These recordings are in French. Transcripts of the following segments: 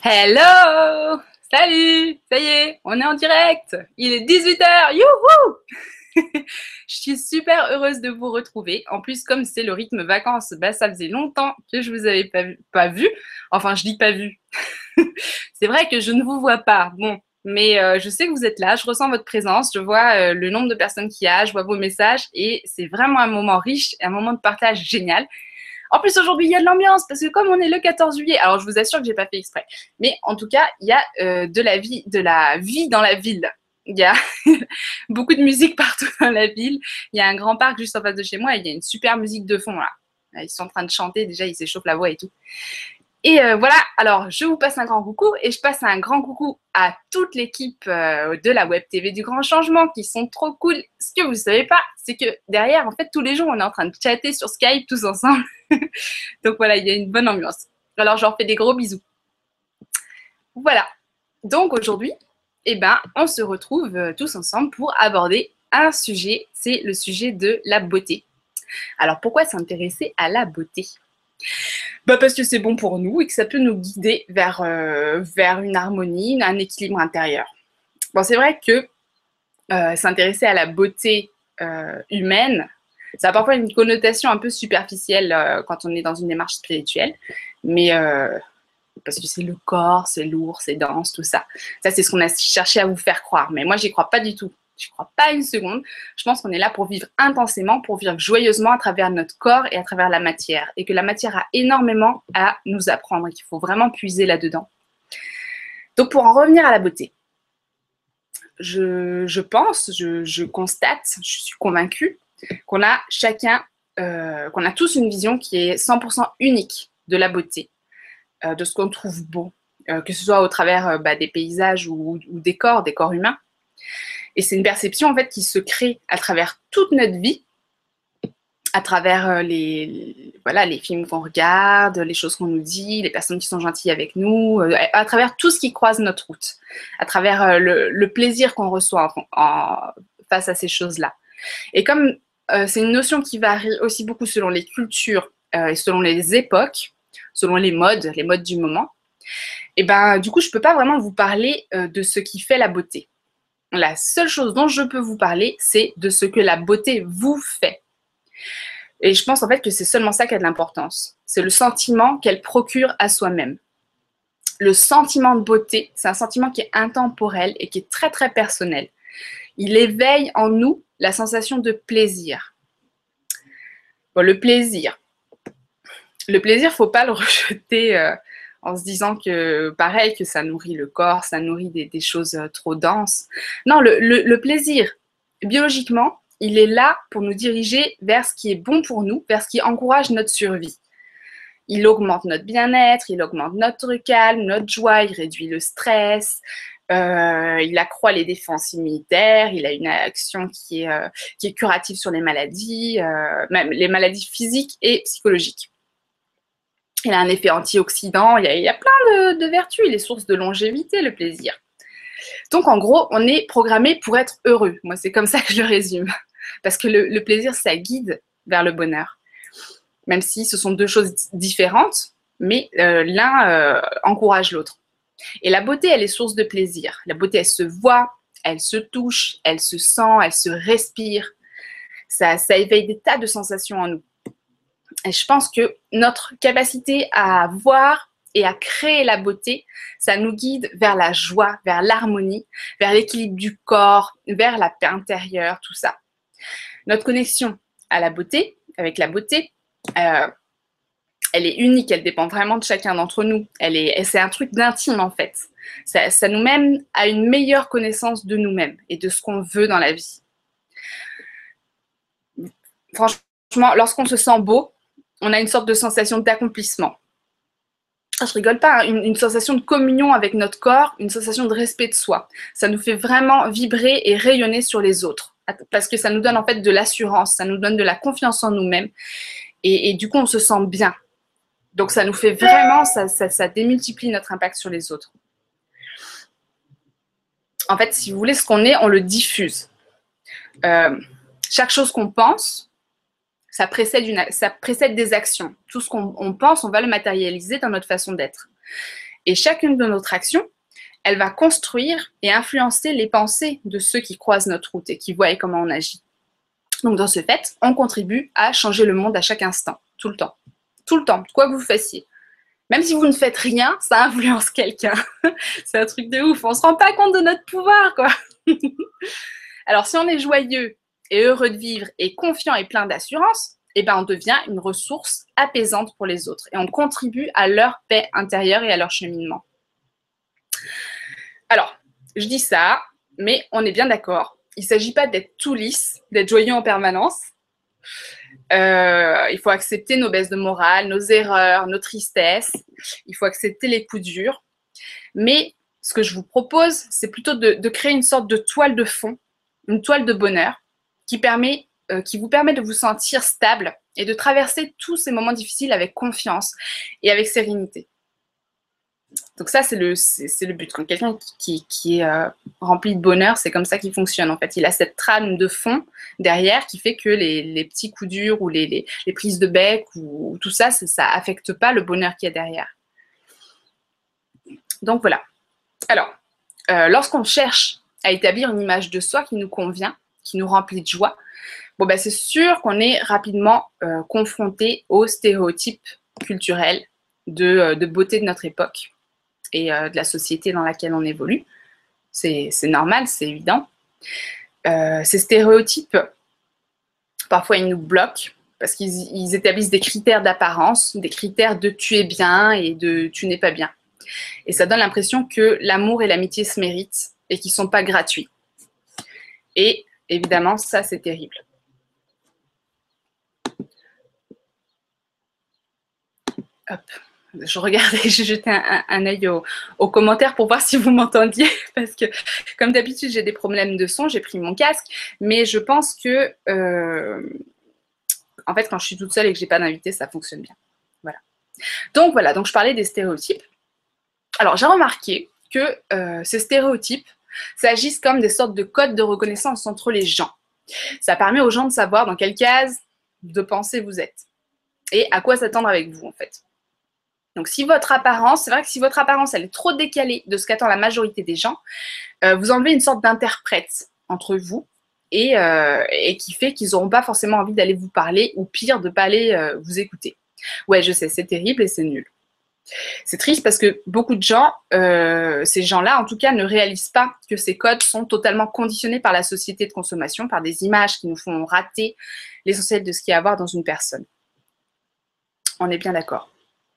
Hello! Salut! Ça y est, on est en direct! Il est 18h! Youhou! Je suis super heureuse de vous retrouver. En plus, comme c'est le rythme vacances, bah, ça faisait longtemps que je vous avais pas vu. Enfin, je dis pas vu. C'est vrai que je ne vous vois pas. Bon, mais je sais que vous êtes là, je ressens votre présence, je vois le nombre de personnes qu'il y a, je vois vos messages et c'est vraiment un moment riche, un moment de partage génial. En plus, aujourd'hui, il y a de l'ambiance parce que comme on est le 14 juillet, alors je vous assure que j'ai pas fait exprès, mais en tout cas, il y a de la vie dans la ville. Il y a beaucoup de musique partout dans la ville. Il y a un grand parc juste en face de chez moi et il y a une super musique de fond là. Ils sont en train de chanter, déjà ils s'échauffent la voix et tout. Et voilà, alors je vous passe un grand coucou et je passe un grand coucou à toute l'équipe de la Web TV du Grand Changement qui sont trop cool. Ce que vous ne savez pas, c'est que derrière, en fait, tous les jours, on est en train de chatter sur Skype tous ensemble. Donc voilà, il y a une bonne ambiance. Alors je leur fais des gros bisous. Voilà. Donc aujourd'hui, eh ben, on se retrouve tous ensemble pour aborder un sujet, c'est le sujet de la beauté. Alors pourquoi s'intéresser à la beauté? Bah parce que c'est bon pour nous et que ça peut nous guider vers une harmonie, un équilibre intérieur. Bon, c'est vrai que s'intéresser à la beauté humaine, ça a parfois une connotation un peu superficielle quand on est dans une démarche spirituelle, mais parce que c'est le corps, c'est lourd, c'est dense, tout ça. Ça, c'est ce qu'on a cherché à vous faire croire, mais moi, j'y crois pas du tout. Je crois pas une seconde. Je pense qu'on est là pour vivre intensément, pour vivre joyeusement à travers notre corps et à travers la matière. Et que la matière a énormément à nous apprendre et qu'il faut vraiment puiser là-dedans. Donc pour en revenir à la beauté, je pense, je constate, je suis convaincue qu'on a chacun, qu'on a tous une vision qui est 100% unique de la beauté, de ce qu'on trouve beau, que ce soit au travers des paysages ou des corps humains. Et c'est une perception en fait qui se crée à travers toute notre vie, à travers les films qu'on regarde, les choses qu'on nous dit, les personnes qui sont gentilles avec nous, à travers tout ce qui croise notre route, à travers le plaisir qu'on reçoit face à ces choses-là. Et comme c'est une notion qui varie aussi beaucoup selon les cultures et selon les époques, selon les modes du moment, et ben du coup je peux pas vraiment vous parler de ce qui fait la beauté. La seule chose dont je peux vous parler, c'est de ce que la beauté vous fait. Et je pense en fait que c'est seulement ça qui a de l'importance. C'est le sentiment qu'elle procure à soi-même. Le sentiment de beauté, c'est un sentiment qui est intemporel et qui est très très personnel. Il éveille en nous la sensation de plaisir. Bon, le plaisir, faut pas le rejeter en se disant que pareil, que ça nourrit le corps, ça nourrit des choses trop denses. Non, le plaisir, biologiquement, il est là pour nous diriger vers ce qui est bon pour nous, vers ce qui encourage notre survie. Il augmente notre bien-être, il augmente notre calme, notre joie, il réduit le stress, il accroît les défenses immunitaires, il a une action qui est curative sur les maladies, même les maladies physiques et psychologiques. Il a un effet antioxydant, il y a plein de vertus, il est source de longévité, le plaisir. Donc en gros, on est programmé pour être heureux. Moi, c'est comme ça que je le résume. Parce que le plaisir, ça guide vers le bonheur. Même si ce sont deux choses différentes, mais l'un encourage l'autre. Et la beauté, elle est source de plaisir. La beauté, elle se voit, elle se touche, elle se sent, elle se respire. Ça éveille des tas de sensations en nous. Et je pense que notre capacité à voir et à créer la beauté, ça nous guide vers la joie, vers l'harmonie, vers l'équilibre du corps, vers la paix intérieure, tout ça. Notre connexion à la beauté, avec la beauté, elle est unique, elle dépend vraiment de chacun d'entre nous. C'est un truc d'intime en fait. Ça nous mène à une meilleure connaissance de nous-mêmes et de ce qu'on veut dans la vie. Franchement, lorsqu'on se sent beau, on a une sorte de sensation d'accomplissement. Je rigole pas, hein, une sensation de communion avec notre corps, une sensation de respect de soi. Ça nous fait vraiment vibrer et rayonner sur les autres. Parce que ça nous donne en fait de l'assurance, ça nous donne de la confiance en nous-mêmes. Et du coup, on se sent bien. Donc ça nous fait vraiment, ça démultiplie notre impact sur les autres. En fait, si vous voulez, ce qu'on est, on le diffuse. Chaque chose qu'on pense, ça précède des actions. Tout ce qu'on pense, on va le matérialiser dans notre façon d'être. Et chacune de notre action, elle va construire et influencer les pensées de ceux qui croisent notre route et qui voient comment on agit. Donc dans ce fait, on contribue à changer le monde à chaque instant, tout le temps. Tout le temps, quoi que vous fassiez. Même si vous ne faites rien, ça influence quelqu'un. C'est un truc de ouf, on ne se rend pas compte de notre pouvoir, quoi. Alors si on est joyeux et heureux de vivre et confiant et plein d'assurance, eh ben, on devient une ressource apaisante pour les autres et on contribue à leur paix intérieure et à leur cheminement. Alors, je dis ça, mais on est bien d'accord. Il ne s'agit pas d'être tout lisse, d'être joyeux en permanence. Il faut accepter nos baisses de morale, nos erreurs, nos tristesses. Il faut accepter les coups durs. Mais ce que je vous propose, c'est plutôt de créer une sorte de toile de fond, une toile de bonheur qui vous permet de vous sentir stable et de traverser tous ces moments difficiles avec confiance et avec sérénité. Donc ça, c'est le but. Quand quelqu'un qui est rempli de bonheur, c'est comme ça qu'il fonctionne. En fait, il a cette trame de fond derrière qui fait que les petits coups durs ou les prises de bec ou tout ça, ça affecte pas le bonheur qu'il y a derrière. Donc voilà. Alors, lorsqu'on cherche à établir une image de soi qui nous convient, qui nous remplit de joie, bon, ben, c'est sûr qu'on est rapidement confronté aux stéréotypes culturels de beauté de notre époque et de la société dans laquelle on évolue. C'est normal, c'est évident. Ces stéréotypes, parfois, ils nous bloquent parce qu'ils établissent des critères d'apparence, des critères de tu es bien et de tu n'es pas bien. Et ça donne l'impression que l'amour et l'amitié se méritent et qu'ils ne sont pas gratuits. Et évidemment, ça, c'est terrible. Hop. Je regardais, j'ai jeté un œil aux commentaires pour voir si vous m'entendiez, parce que comme d'habitude, j'ai des problèmes de son, j'ai pris mon casque, mais je pense que, en fait, quand je suis toute seule et que je n'ai pas d'invité, ça fonctionne bien. Voilà, donc je parlais des stéréotypes. Alors, j'ai remarqué que ces stéréotypes s'agissent comme des sortes de codes de reconnaissance entre les gens. Ça permet aux gens de savoir dans quelle case de pensée vous êtes et à quoi s'attendre avec vous, en fait. Donc, si votre apparence, c'est vrai que si votre apparence, elle est trop décalée de ce qu'attend la majorité des gens, vous enlevez une sorte d'interprète entre vous et qui fait qu'ils n'auront pas forcément envie d'aller vous parler ou pire, de ne pas aller vous écouter. Ouais, je sais, c'est terrible et c'est nul. C'est triste parce que beaucoup de gens, ces gens-là en tout cas, ne réalisent pas que ces codes sont totalement conditionnés par la société de consommation, par des images qui nous font rater l'essentiel de ce qu'il y a à voir dans une personne. On est bien d'accord.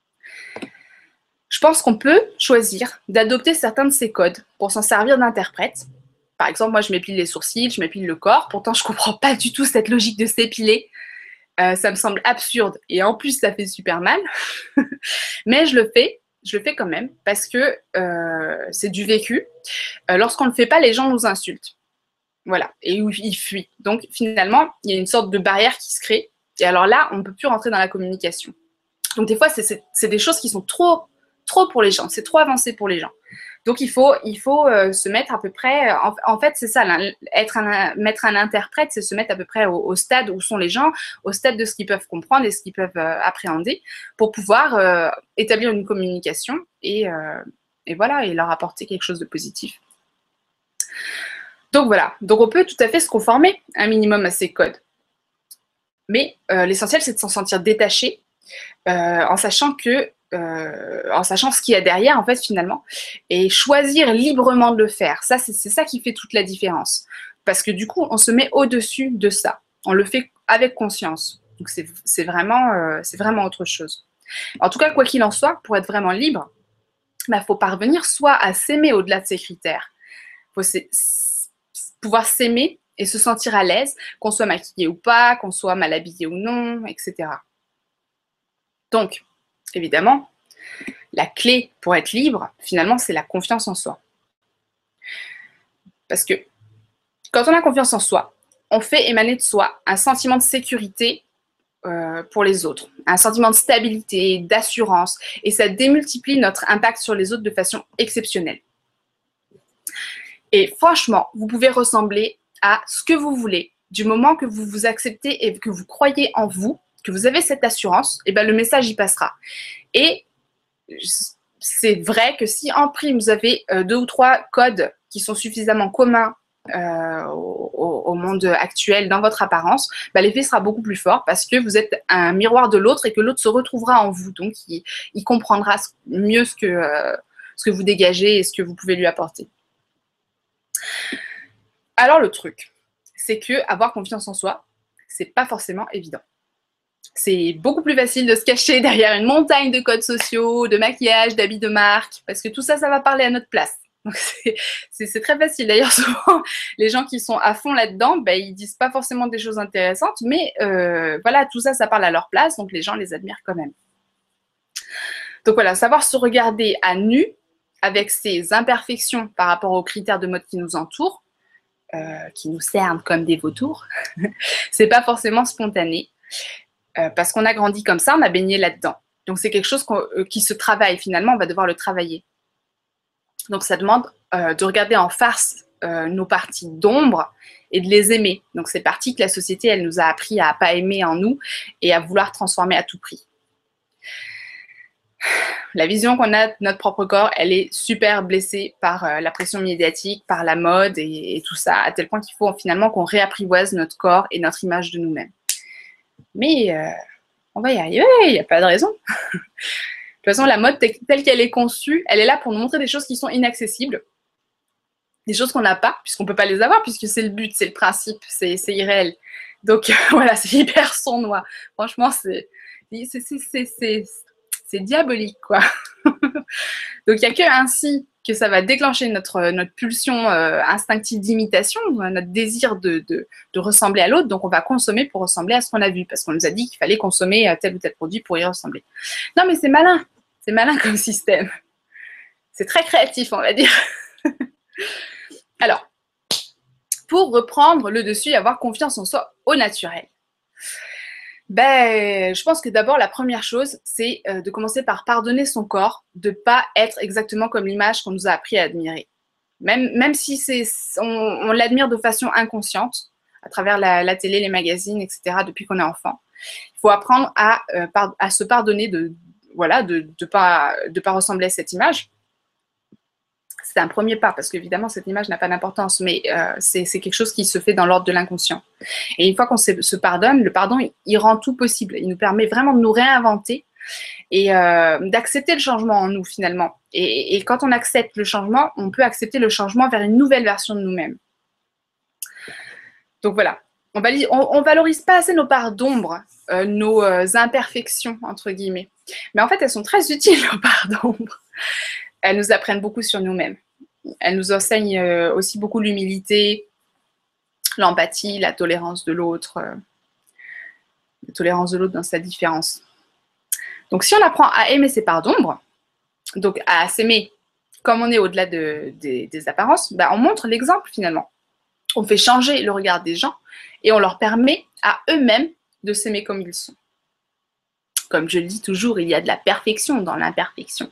Je pense qu'on peut choisir d'adopter certains de ces codes pour s'en servir d'interprète. Par exemple, moi, je m'épile les sourcils, je m'épile le corps. Pourtant, je ne comprends pas du tout cette logique de s'épiler. Ça me semble absurde et en plus, ça fait super mal. Mais je le fais quand même parce que c'est du vécu. Lorsqu'on ne le fait pas, les gens nous insultent. Voilà, et ils fuient. Donc, finalement, il y a une sorte de barrière qui se crée. Et alors là, on ne peut plus rentrer dans la communication. Donc, des fois, c'est des choses qui sont trop pour les gens. C'est trop avancé pour les gens. Donc, il faut se mettre à peu près… En fait, c'est ça, mettre un interprète, c'est se mettre à peu près au stade où sont les gens, au stade de ce qu'ils peuvent comprendre et ce qu'ils peuvent appréhender pour pouvoir établir une communication et voilà, et leur apporter quelque chose de positif. Donc, voilà. Donc, on peut tout à fait se conformer un minimum à ces codes. Mais l'essentiel, c'est de s'en sentir détaché en sachant ce qu'il y a derrière, en fait, finalement, et choisir librement de le faire. Ça, c'est ça qui fait toute la différence. Parce que du coup, on se met au-dessus de ça. On le fait avec conscience. Donc, c'est vraiment autre chose. En tout cas, quoi qu'il en soit, pour être vraiment libre, il faut parvenir soit à s'aimer au-delà de ses critères. Il faut pouvoir s'aimer et se sentir à l'aise, qu'on soit maquillé ou pas, qu'on soit mal habillé ou non, etc. Donc, évidemment, la clé pour être libre, finalement, c'est la confiance en soi. Parce que quand on a confiance en soi, on fait émaner de soi un sentiment de sécurité pour les autres, un sentiment de stabilité, d'assurance, et ça démultiplie notre impact sur les autres de façon exceptionnelle. Et franchement, vous pouvez ressembler à ce que vous voulez, du moment que vous vous acceptez et que vous croyez en vous, que vous avez cette assurance, et ben le message y passera. Et c'est vrai que si en prime vous avez 2 ou 3 codes qui sont suffisamment communs au monde actuel dans votre apparence, bah, l'effet sera beaucoup plus fort parce que vous êtes un miroir de l'autre et que l'autre se retrouvera en vous. Donc, il comprendra mieux ce que vous dégagez et ce que vous pouvez lui apporter. Alors, le truc, c'est que avoir confiance en soi, c'est pas forcément évident. C'est beaucoup plus facile de se cacher derrière une montagne de codes sociaux, de maquillage, d'habits de marque, parce que tout ça, ça va parler à notre place. Donc c'est très facile. D'ailleurs, souvent, les gens qui sont à fond là-dedans, ben, ils disent pas forcément des choses intéressantes, mais voilà, tout ça, ça parle à leur place, donc les gens les admirent quand même. Donc voilà, savoir se regarder à nu, avec ses imperfections par rapport aux critères de mode qui nous entourent, qui nous cernent comme des vautours, c'est pas forcément spontané. Parce qu'on a grandi comme ça, on a baigné là-dedans. Donc c'est quelque chose qui se travaille finalement, on va devoir le travailler. Donc ça demande de regarder en face nos parties d'ombre et de les aimer. Donc ces parties que la société, elle nous a appris à ne pas aimer en nous et à vouloir transformer à tout prix. La vision qu'on a de notre propre corps, elle est super blessée par la pression médiatique, par la mode et tout ça, à tel point qu'il faut finalement qu'on réapprivoise notre corps et notre image de nous-mêmes. Mais on va y arriver, il n'y a pas de raison. De toute façon, la mode telle qu'elle est conçue, elle est là pour nous montrer des choses qui sont inaccessibles, des choses qu'on n'a pas, puisqu'on ne peut pas les avoir, puisque c'est le but, c'est le principe, c'est irréel. Donc voilà, c'est hyper sournois. Franchement, c'est diabolique, quoi. Donc il n'y a que ainsi que ça va déclencher notre pulsion instinctive d'imitation, notre désir de ressembler à l'autre. Donc on va consommer pour ressembler à ce qu'on a vu, parce qu'on nous a dit qu'il fallait consommer tel ou tel produit pour y ressembler. Non mais c'est malin comme système. C'est très créatif, on va dire. Alors, pour reprendre le dessus et avoir confiance en soi au naturel. Ben, je pense que d'abord, la première chose, c'est de commencer par pardonner son corps, de ne pas être exactement comme l'image qu'on nous a appris à admirer. Même si on l'admire de façon inconsciente, à travers la télé, les magazines, etc., depuis qu'on est enfant. Il faut apprendre à se pardonner de pas ressembler à cette image. C'est un premier pas, parce qu'évidemment, cette image n'a pas d'importance, mais c'est quelque chose qui se fait dans l'ordre de l'inconscient. Et une fois qu'on se pardonne, le pardon, il rend tout possible. Il nous permet vraiment de nous réinventer et d'accepter le changement en nous, finalement. Et quand on accepte le changement, on peut accepter le changement vers une nouvelle version de nous-mêmes. Donc voilà, on valorise pas assez nos parts d'ombre, nos imperfections, entre guillemets. Mais en fait, elles sont très utiles, nos parts d'ombre. Elles nous apprennent beaucoup sur nous-mêmes. Elles nous enseignent aussi beaucoup l'humilité, l'empathie, la tolérance de l'autre dans sa différence. Donc, si on apprend à aimer ses parts d'ombre, donc à s'aimer comme on est au-delà des apparences, on montre l'exemple finalement. On fait changer le regard des gens et on leur permet à eux-mêmes de s'aimer comme ils sont. Comme je le dis toujours, il y a de la perfection dans l'imperfection.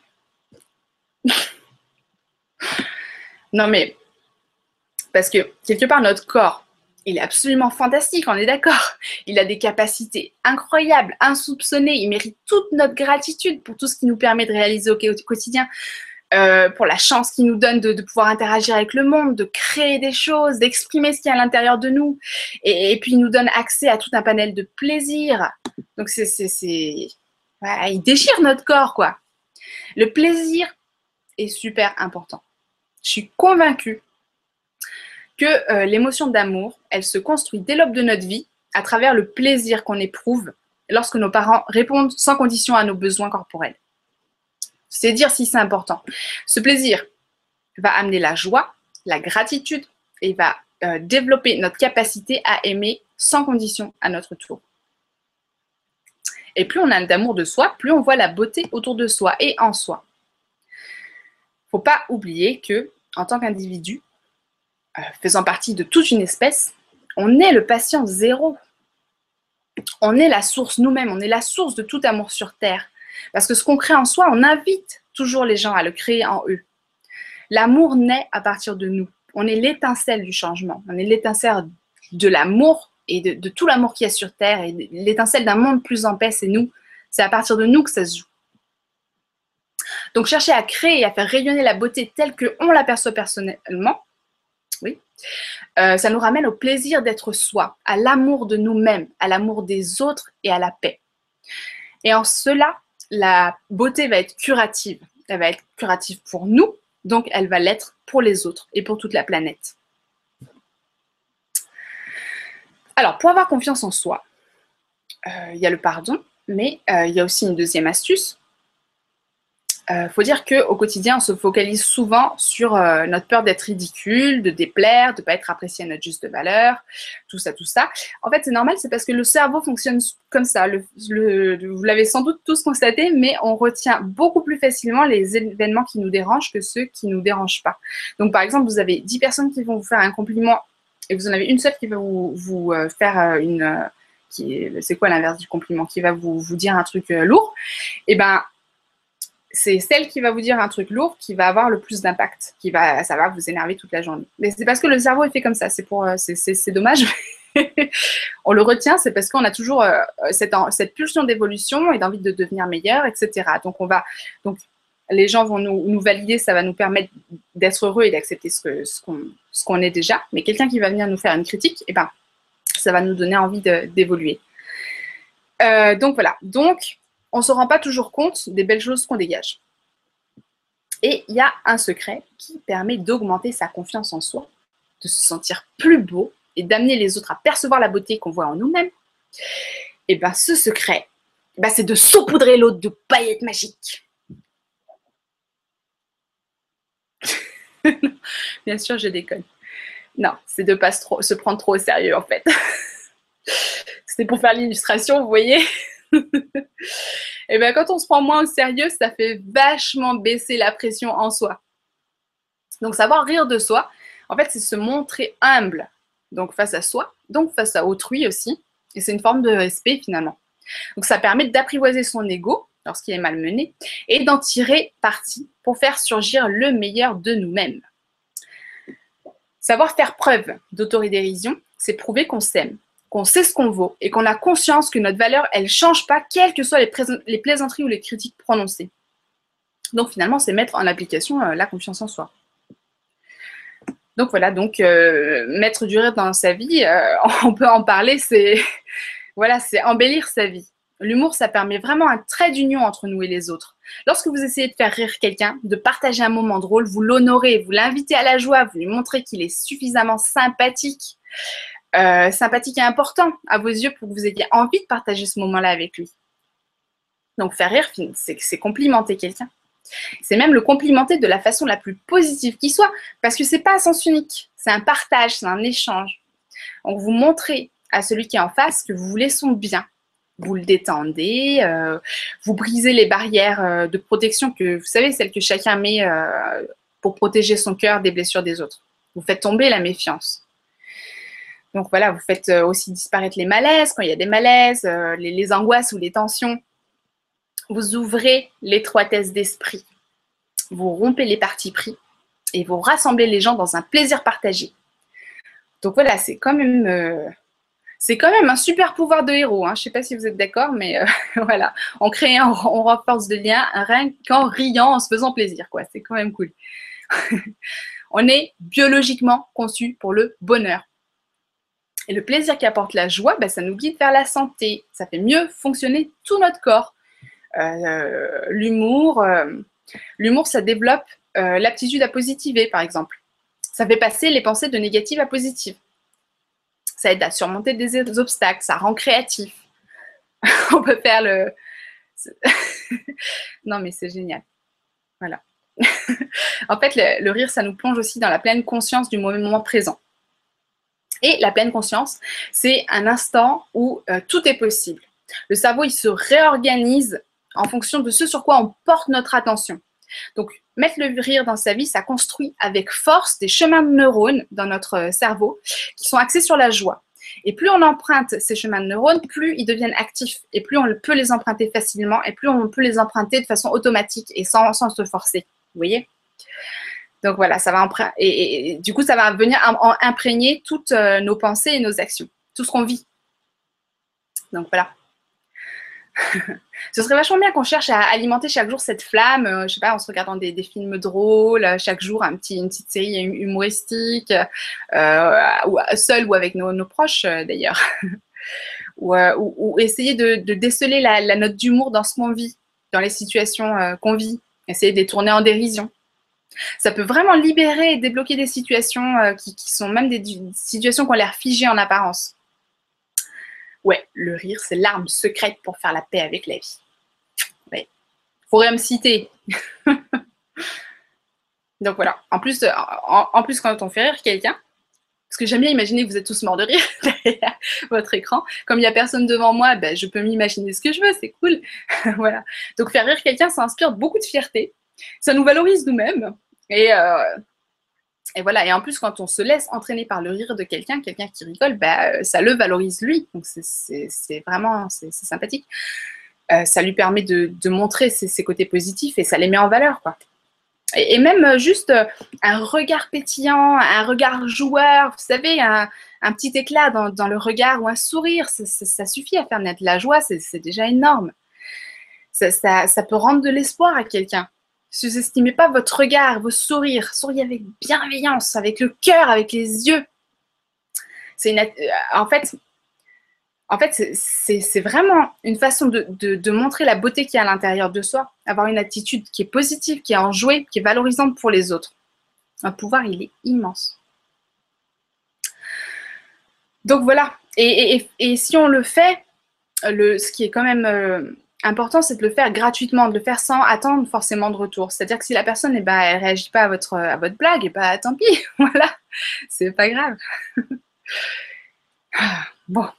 Non mais, parce que quelque part notre corps, il est absolument fantastique, on est d'accord. Il a des capacités incroyables, insoupçonnées, il mérite toute notre gratitude pour tout ce qui nous permet de réaliser au quotidien, pour la chance qu'il nous donne de pouvoir interagir avec le monde, de créer des choses, d'exprimer ce qu'il y a à l'intérieur de nous, et puis il nous donne accès à tout un panel de plaisirs. Donc voilà, il déchire notre corps, quoi. Le plaisir est super important. Je suis convaincue que l'émotion d'amour, elle se construit dès l'aube de notre vie à travers le plaisir qu'on éprouve lorsque nos parents répondent sans condition à nos besoins corporels. C'est dire si c'est important. Ce plaisir va amener la joie, la gratitude et va développer notre capacité à aimer sans condition à notre tour. Et plus on a d'amour de soi, plus on voit la beauté autour de soi et en soi. Il ne faut pas oublier que, en tant qu'individu, faisant partie de toute une espèce, on est le patient zéro. On est la source nous-mêmes, on est la source de tout amour sur Terre. Parce que ce qu'on crée en soi, on invite toujours les gens à le créer en eux. L'amour naît à partir de nous. On est l'étincelle du changement. On est l'étincelle de l'amour et de tout l'amour qu'il y a sur Terre et l'étincelle d'un monde plus en paix, c'est nous. C'est à partir de nous que ça se joue. Donc, chercher à créer et à faire rayonner la beauté telle qu'on l'aperçoit personnellement, oui, ça nous ramène au plaisir d'être soi, à l'amour de nous-mêmes, à l'amour des autres et à la paix. Et en cela, la beauté va être curative. Elle va être curative pour nous, donc elle va l'être pour les autres et pour toute la planète. Alors, pour avoir confiance en soi, il y a le pardon, mais il y a aussi une deuxième astuce. Faut dire qu'au quotidien, on se focalise souvent sur notre peur d'être ridicule, de déplaire, de ne pas être apprécié à notre juste valeur, tout ça, tout ça. En fait, c'est normal, c'est parce que le cerveau fonctionne comme ça. Vous l'avez sans doute tous constaté, mais on retient beaucoup plus facilement les événements qui nous dérangent que ceux qui ne nous dérangent pas. Donc, par exemple, vous avez 10 personnes qui vont vous faire un compliment et vous en avez une seule qui va vous faire c'est quoi l'inverse du compliment? Qui va vous dire un truc lourd. Et ben, c'est celle qui va vous dire un truc lourd qui va avoir le plus d'impact, ça va vous énerver toute la journée. Mais c'est parce que le cerveau est fait comme ça, c'est dommage. On le retient, c'est parce qu'on a toujours cette pulsion d'évolution et d'envie de devenir meilleur, etc. Donc les gens vont nous valider, ça va nous permettre d'être heureux et d'accepter ce qu'on est déjà. Mais quelqu'un qui va venir nous faire une critique, eh ben, ça va nous donner envie d'évoluer. Donc voilà. Donc, on ne se rend pas toujours compte des belles choses qu'on dégage. Et il y a un secret qui permet d'augmenter sa confiance en soi, de se sentir plus beau et d'amener les autres à percevoir la beauté qu'on voit en nous-mêmes. Et bien, ce secret, c'est de saupoudrer l'autre de paillettes magiques. Bien sûr, je déconne. Non, c'est de ne pas se prendre trop au sérieux, en fait. C'était pour faire l'illustration, vous voyez. Et bien, quand on se prend moins au sérieux, ça fait vachement baisser la pression en soi. Donc, savoir rire de soi, en fait, c'est se montrer humble. Donc, face à soi, donc face à autrui aussi. Et c'est une forme de respect, finalement. Donc, ça permet d'apprivoiser son ego lorsqu'il est malmené et d'en tirer parti pour faire surgir le meilleur de nous-mêmes. Savoir faire preuve d'autodérision, c'est prouver qu'on s'aime, qu'on sait ce qu'on vaut et qu'on a conscience que notre valeur, elle ne change pas, quelles que soient les plaisanteries ou les critiques prononcées. Donc finalement, c'est mettre en application la confiance en soi. Donc voilà, mettre du rire dans sa vie, on peut en parler, c'est embellir sa vie. L'humour, ça permet vraiment un trait d'union entre nous et les autres. Lorsque vous essayez de faire rire quelqu'un, de partager un moment drôle, vous l'honorez, vous l'invitez à la joie, vous lui montrez qu'il est suffisamment sympathique. Sympathique et important à vos yeux pour que vous ayez envie de partager ce moment-là avec lui. Donc faire rire, c'est complimenter quelqu'un. C'est même le complimenter de la façon la plus positive qui soit, parce que c'est pas un sens unique, c'est un partage, c'est un échange. Donc vous montrez à celui qui est en face que vous voulez son bien. Vous le détendez, vous brisez les barrières de protection que, vous savez, celles que chacun met pour protéger son cœur des blessures des autres. Vous faites tomber la méfiance. Donc voilà, vous faites aussi disparaître les malaises, quand il y a des malaises, les angoisses ou les tensions. Vous ouvrez l'étroitesse d'esprit. Vous rompez les partis pris et vous rassemblez les gens dans un plaisir partagé. Donc voilà, c'est quand même un super pouvoir de héros. Hein. Je ne sais pas si vous êtes d'accord, mais voilà. On renforce de liens rien qu'en riant, en se faisant plaisir, quoi. C'est quand même cool. On est biologiquement conçu pour le bonheur. Et le plaisir qu'apporte la joie, ça nous guide vers la santé. Ça fait mieux fonctionner tout notre corps. L'humour, ça développe l'aptitude à positiver, par exemple. Ça fait passer les pensées de négatives à positives. Ça aide à surmonter des obstacles, ça rend créatif. On peut faire non, mais c'est génial. Voilà. En fait, le rire, ça nous plonge aussi dans la pleine conscience du moment présent. Et la pleine conscience, c'est un instant où tout est possible. Le cerveau, il se réorganise en fonction de ce sur quoi on porte notre attention. Donc, mettre le rire dans sa vie, ça construit avec force des chemins de neurones dans notre cerveau qui sont axés sur la joie. Et plus on emprunte ces chemins de neurones, plus ils deviennent actifs et plus on peut les emprunter facilement et plus on peut les emprunter de façon automatique et sans se forcer. Vous voyez ? Donc voilà, ça va et du coup, ça va venir imprégner toutes nos pensées et nos actions, tout ce qu'on vit. Donc voilà. Ce serait vachement bien qu'on cherche à alimenter chaque jour cette flamme, je sais pas, en se regardant des films drôles, chaque jour une petite série humoristique, ou seul ou avec nos proches d'ailleurs. Ou essayer de déceler la note d'humour dans ce qu'on vit, dans les situations qu'on vit, essayer de les tourner en dérision. Ça peut vraiment libérer et débloquer des situations qui sont même des situations qui ont l'air figées en apparence. Ouais, le rire, c'est l'arme secrète pour faire la paix avec la vie. Ouais. Faudrait me citer. Donc voilà. En plus, quand on fait rire quelqu'un, parce que j'aime bien imaginer que vous êtes tous morts de rire derrière votre écran. Comme il n'y a personne devant moi, ben, je peux m'imaginer ce que je veux, c'est cool. Voilà. Donc faire rire quelqu'un, ça inspire beaucoup de fierté. Ça nous valorise nous-mêmes. Et voilà. Et en plus, quand on se laisse entraîner par le rire de quelqu'un qui rigole, ben, ça le valorise lui. Donc c'est vraiment sympathique. Ça lui permet de montrer ses côtés positifs et ça les met en valeur, quoi. Et même juste un regard pétillant, un regard joueur, vous savez, un petit éclat dans le regard ou un sourire, ça suffit à faire naître la joie, c'est déjà énorme. Ça peut rendre de l'espoir à quelqu'un. Ne sous-estimez pas votre regard, vos sourires. Souriez avec bienveillance, avec le cœur, avec les yeux. En fait, c'est vraiment une façon de montrer la beauté qu'il y a à l'intérieur de soi, avoir une attitude qui est positive, qui est enjouée, qui est valorisante pour les autres. Un pouvoir, il est immense. Donc voilà. Et si on le fait, ce qui est quand même important, c'est de le faire gratuitement, de le faire sans attendre forcément de retour. C'est-à-dire que si la personne, elle réagit pas à votre blague, et bah tant pis, voilà, c'est pas grave. Bon.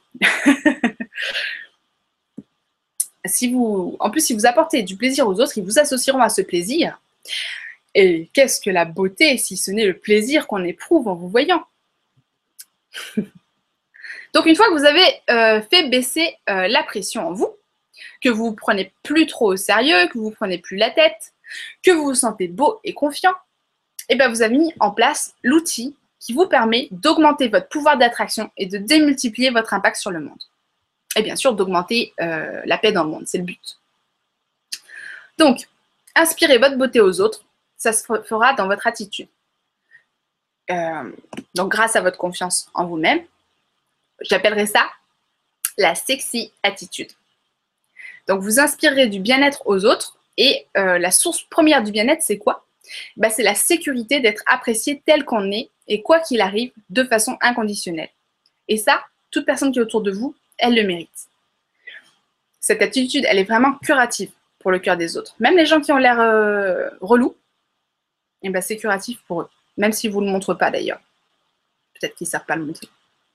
En plus, si vous apportez du plaisir aux autres, ils vous associeront à ce plaisir. Et qu'est-ce que la beauté, si ce n'est le plaisir qu'on éprouve en vous voyant? Donc, une fois que vous avez fait baisser la pression en vous, que vous vous prenez plus trop au sérieux, que vous vous prenez plus la tête, que vous vous sentez beau et confiant, et bien vous avez mis en place l'outil qui vous permet d'augmenter votre pouvoir d'attraction et de démultiplier votre impact sur le monde. Et bien sûr, d'augmenter la paix dans le monde, c'est le but. Donc, inspirez votre beauté aux autres, ça se fera dans votre attitude. Donc, grâce à votre confiance en vous-même, j'appellerais ça la sexy attitude. Donc, vous inspirerez du bien-être aux autres et la source première du bien-être, c'est quoi? Ben, c'est la sécurité d'être apprécié tel qu'on est et quoi qu'il arrive de façon inconditionnelle. Et ça, toute personne qui est autour de vous, elle le mérite. Cette attitude, elle est vraiment curative pour le cœur des autres. Même les gens qui ont l'air relous, eh ben, c'est curatif pour eux. Même si vous ne le montrez pas d'ailleurs. Peut-être qu'ils ne savent pas le montrer.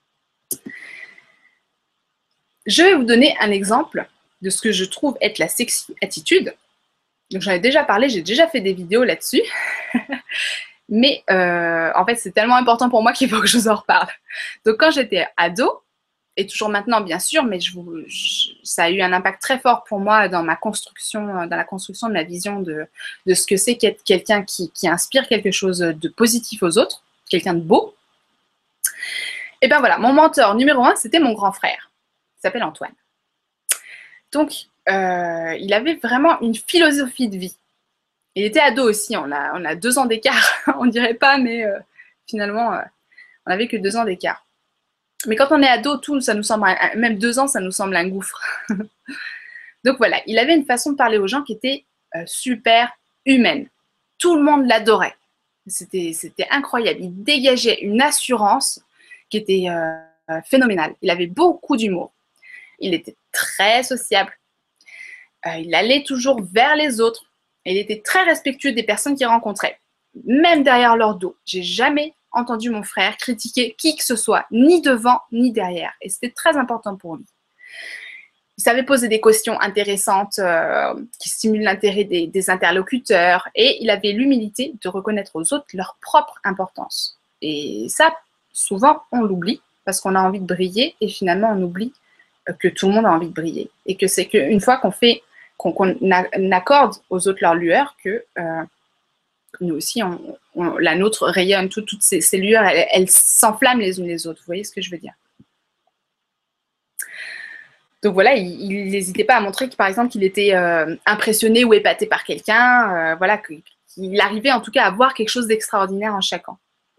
Je vais vous donner un exemple de ce que je trouve être la sexy attitude. Donc j'en ai déjà parlé, j'ai déjà fait des vidéos là-dessus. Mais en fait, c'est tellement important pour moi qu'il faut que je vous en reparle. Donc quand j'étais ado, et toujours maintenant bien sûr, mais ça a eu un impact très fort pour moi dans la construction de ma vision de ce que c'est qu'être quelqu'un qui inspire quelque chose de positif aux autres, quelqu'un de beau. Et bien voilà, mon mentor numéro 1, c'était mon grand frère. Il s'appelle Antoine. Donc, il avait vraiment une philosophie de vie. Il était ado aussi, on a 2 ans d'écart, on dirait pas, mais finalement, on n'avait que 2 ans d'écart. Mais quand on est ado, tout, ça nous semble, même 2 ans, ça nous semble un gouffre. Donc voilà, il avait une façon de parler aux gens qui était super humaine. Tout le monde l'adorait. C'était incroyable. Il dégageait une assurance qui était phénoménale. Il avait beaucoup d'humour. Il était très sociable. Il allait toujours vers les autres. Et il était très respectueux des personnes qu'il rencontrait, même derrière leur dos. J'ai jamais entendu mon frère critiquer qui que ce soit, ni devant, ni derrière. Et c'était très important pour lui. Il savait poser des questions intéressantes qui stimulent l'intérêt des interlocuteurs. Et il avait l'humilité de reconnaître aux autres leur propre importance. Et ça, souvent, on l'oublie parce qu'on a envie de briller et finalement, on oublie que tout le monde a envie de briller. Et que c'est qu'une fois qu'on accorde aux autres leur lueur, que nous aussi, la nôtre rayonne, toutes ces lueurs, elles s'enflamment les unes les autres. Vous voyez ce que je veux dire? Donc voilà, il n'hésitait pas à montrer que, par exemple, qu'il était impressionné ou épaté par quelqu'un, voilà, qu'il arrivait en tout cas à voir quelque chose d'extraordinaire en chacun.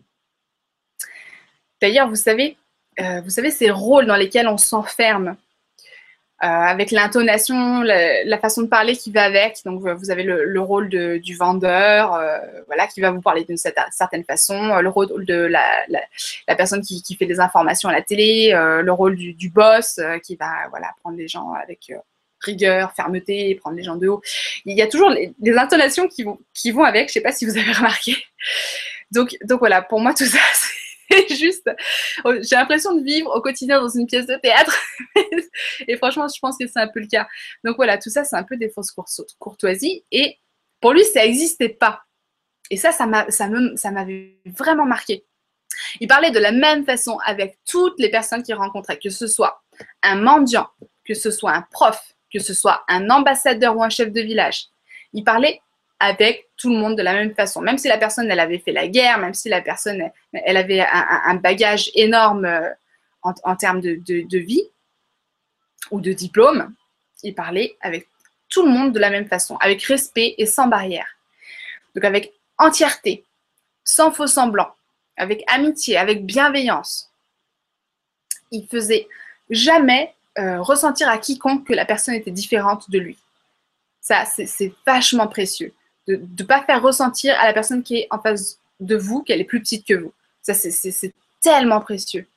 D'ailleurs, vous savez, ces rôles dans lesquels on s'enferme, avec l'intonation, la façon de parler qui va avec. Donc, vous avez le rôle du vendeur, voilà, qui va vous parler d'une certaine façon, le rôle de la personne qui fait des informations à la télé, le rôle du boss, qui va voilà, prendre les gens avec rigueur, fermeté, prendre les gens de haut. Il y a toujours des intonations qui vont avec, je ne sais pas si vous avez remarqué. Donc voilà, pour moi, tout ça, c'est juste, j'ai l'impression de vivre au quotidien dans une pièce de théâtre. Et franchement, je pense que c'est un peu le cas. Donc voilà, tout ça, c'est un peu des fausses courtoisies. Et pour lui, ça n'existait pas. Et ça m'avait vraiment marqué. Il parlait de la même façon avec toutes les personnes qu'il rencontrait, que ce soit un mendiant, que ce soit un prof, que ce soit un ambassadeur ou un chef de village. Il parlait avec tout le monde de la même façon. Même si la personne, elle avait fait la guerre, même si la personne, elle avait un bagage énorme en termes de vie ou de diplôme, il parlait avec tout le monde de la même façon, avec respect et sans barrière. Donc avec entièreté, sans faux semblant, avec amitié, avec bienveillance. Il faisait jamais ressentir à quiconque que la personne était différente de lui. Ça, c'est vachement précieux. De ne pas faire ressentir à la personne qui est en face de vous qu'elle est plus petite que vous. Ça, c'est tellement précieux.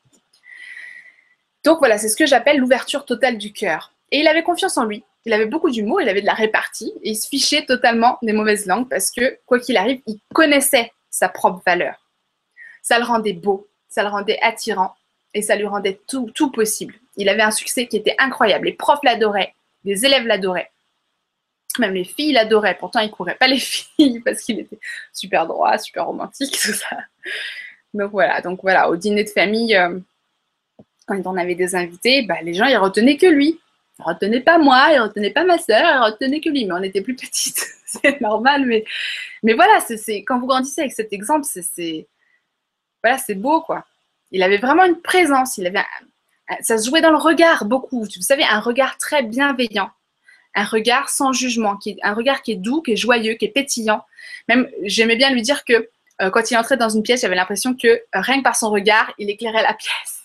Donc voilà, c'est ce que j'appelle l'ouverture totale du cœur. Et il avait confiance en lui. Il avait beaucoup d'humour, il avait de la répartie et il se fichait totalement des mauvaises langues parce que, quoi qu'il arrive, il connaissait sa propre valeur. Ça le rendait beau, ça le rendait attirant et ça lui rendait tout possible. Il avait un succès qui était incroyable. Les profs l'adoraient, les élèves l'adoraient. Même les filles l'adoraient. Pourtant, il ne courait pas les filles parce qu'il était super droit, super romantique, tout ça. Donc voilà, au dîner de famille, quand on avait des invités, bah, les gens, ils retenaient que lui. Ils ne retenaient pas moi, ils ne retenaient pas ma sœur, ils ne retenaient que lui. Mais on était plus petites, c'est normal. Mais voilà, quand vous grandissez avec cet exemple, voilà, c'est beau, quoi. Il avait vraiment une présence. Ça se jouait dans le regard, beaucoup. Vous savez, un regard très bienveillant. Un regard sans jugement, un regard qui est doux, qui est joyeux, qui est pétillant. Même, j'aimais bien lui dire que quand il entrait dans une pièce, j'avais l'impression que rien que par son regard, il éclairait la pièce.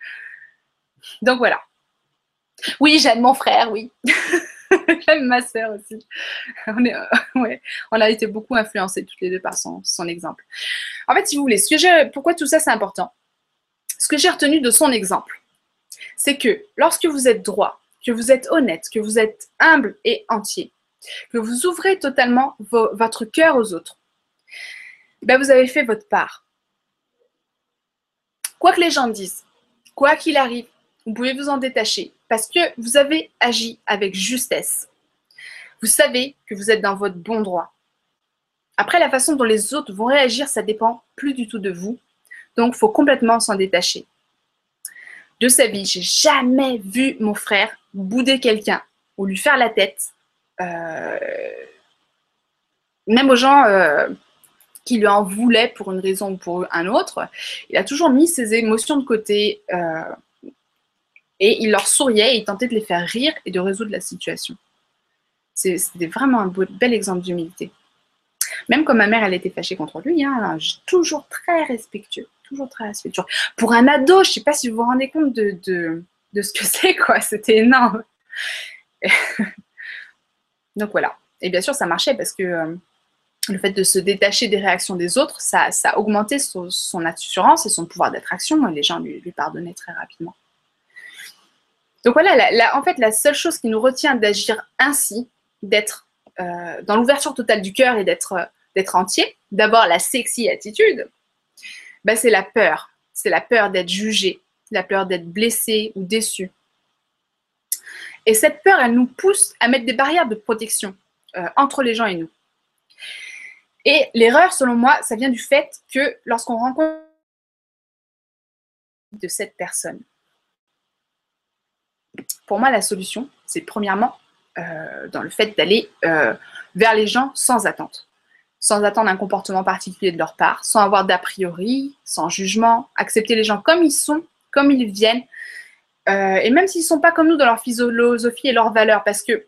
Donc voilà. Oui, j'aime mon frère, oui. J'aime ma sœur aussi. Ouais, on a été beaucoup influencés toutes les deux par son exemple. En fait, si vous voulez, pourquoi tout ça c'est important? Ce que j'ai retenu de son exemple, c'est que lorsque vous êtes droit, que vous êtes honnête, que vous êtes humble et entier, que vous ouvrez totalement votre cœur aux autres, ben vous avez fait votre part. Quoi que les gens disent, quoi qu'il arrive, vous pouvez vous en détacher parce que vous avez agi avec justesse. Vous savez que vous êtes dans votre bon droit. Après, la façon dont les autres vont réagir, ça dépend plus du tout de vous. Donc, il faut complètement s'en détacher. De sa vie, j'ai jamais vu mon frère bouder quelqu'un ou lui faire la tête, même aux gens qui lui en voulaient pour une raison ou pour un autre. Il a toujours mis ses émotions de côté et il leur souriait et il tentait de les faire rire et de résoudre la situation. C'était vraiment un bel exemple d'humilité. Même quand ma mère, elle était fâchée contre lui, hein, toujours très respectueux. Toujours très respectueux. Pour un ado, je ne sais pas si vous vous rendez compte de ce que c'est, quoi. C'était énorme. Donc voilà. Et bien sûr, ça marchait parce que le fait de se détacher des réactions des autres, ça augmentait son assurance et son pouvoir d'attraction. Les gens lui pardonnaient très rapidement. Donc voilà, en fait, la seule chose qui nous retient d'agir ainsi, d'être dans l'ouverture totale du cœur et d'être entier, d'abord la sexy attitude, ben, c'est la peur. C'est la peur d'être jugé, la peur d'être blessé ou déçu. Et cette peur, elle nous pousse à mettre des barrières de protection entre les gens et nous. Et l'erreur, selon moi, ça vient du fait que lorsqu'on rencontre de cette personne, pour moi, la solution, c'est premièrement dans le fait d'aller vers les gens sans attente. Sans attendre un comportement particulier de leur part, sans avoir d'a priori, sans jugement, accepter les gens comme ils sont, comme ils viennent, et même s'ils ne sont pas comme nous dans leur philosophie et leurs valeurs, parce que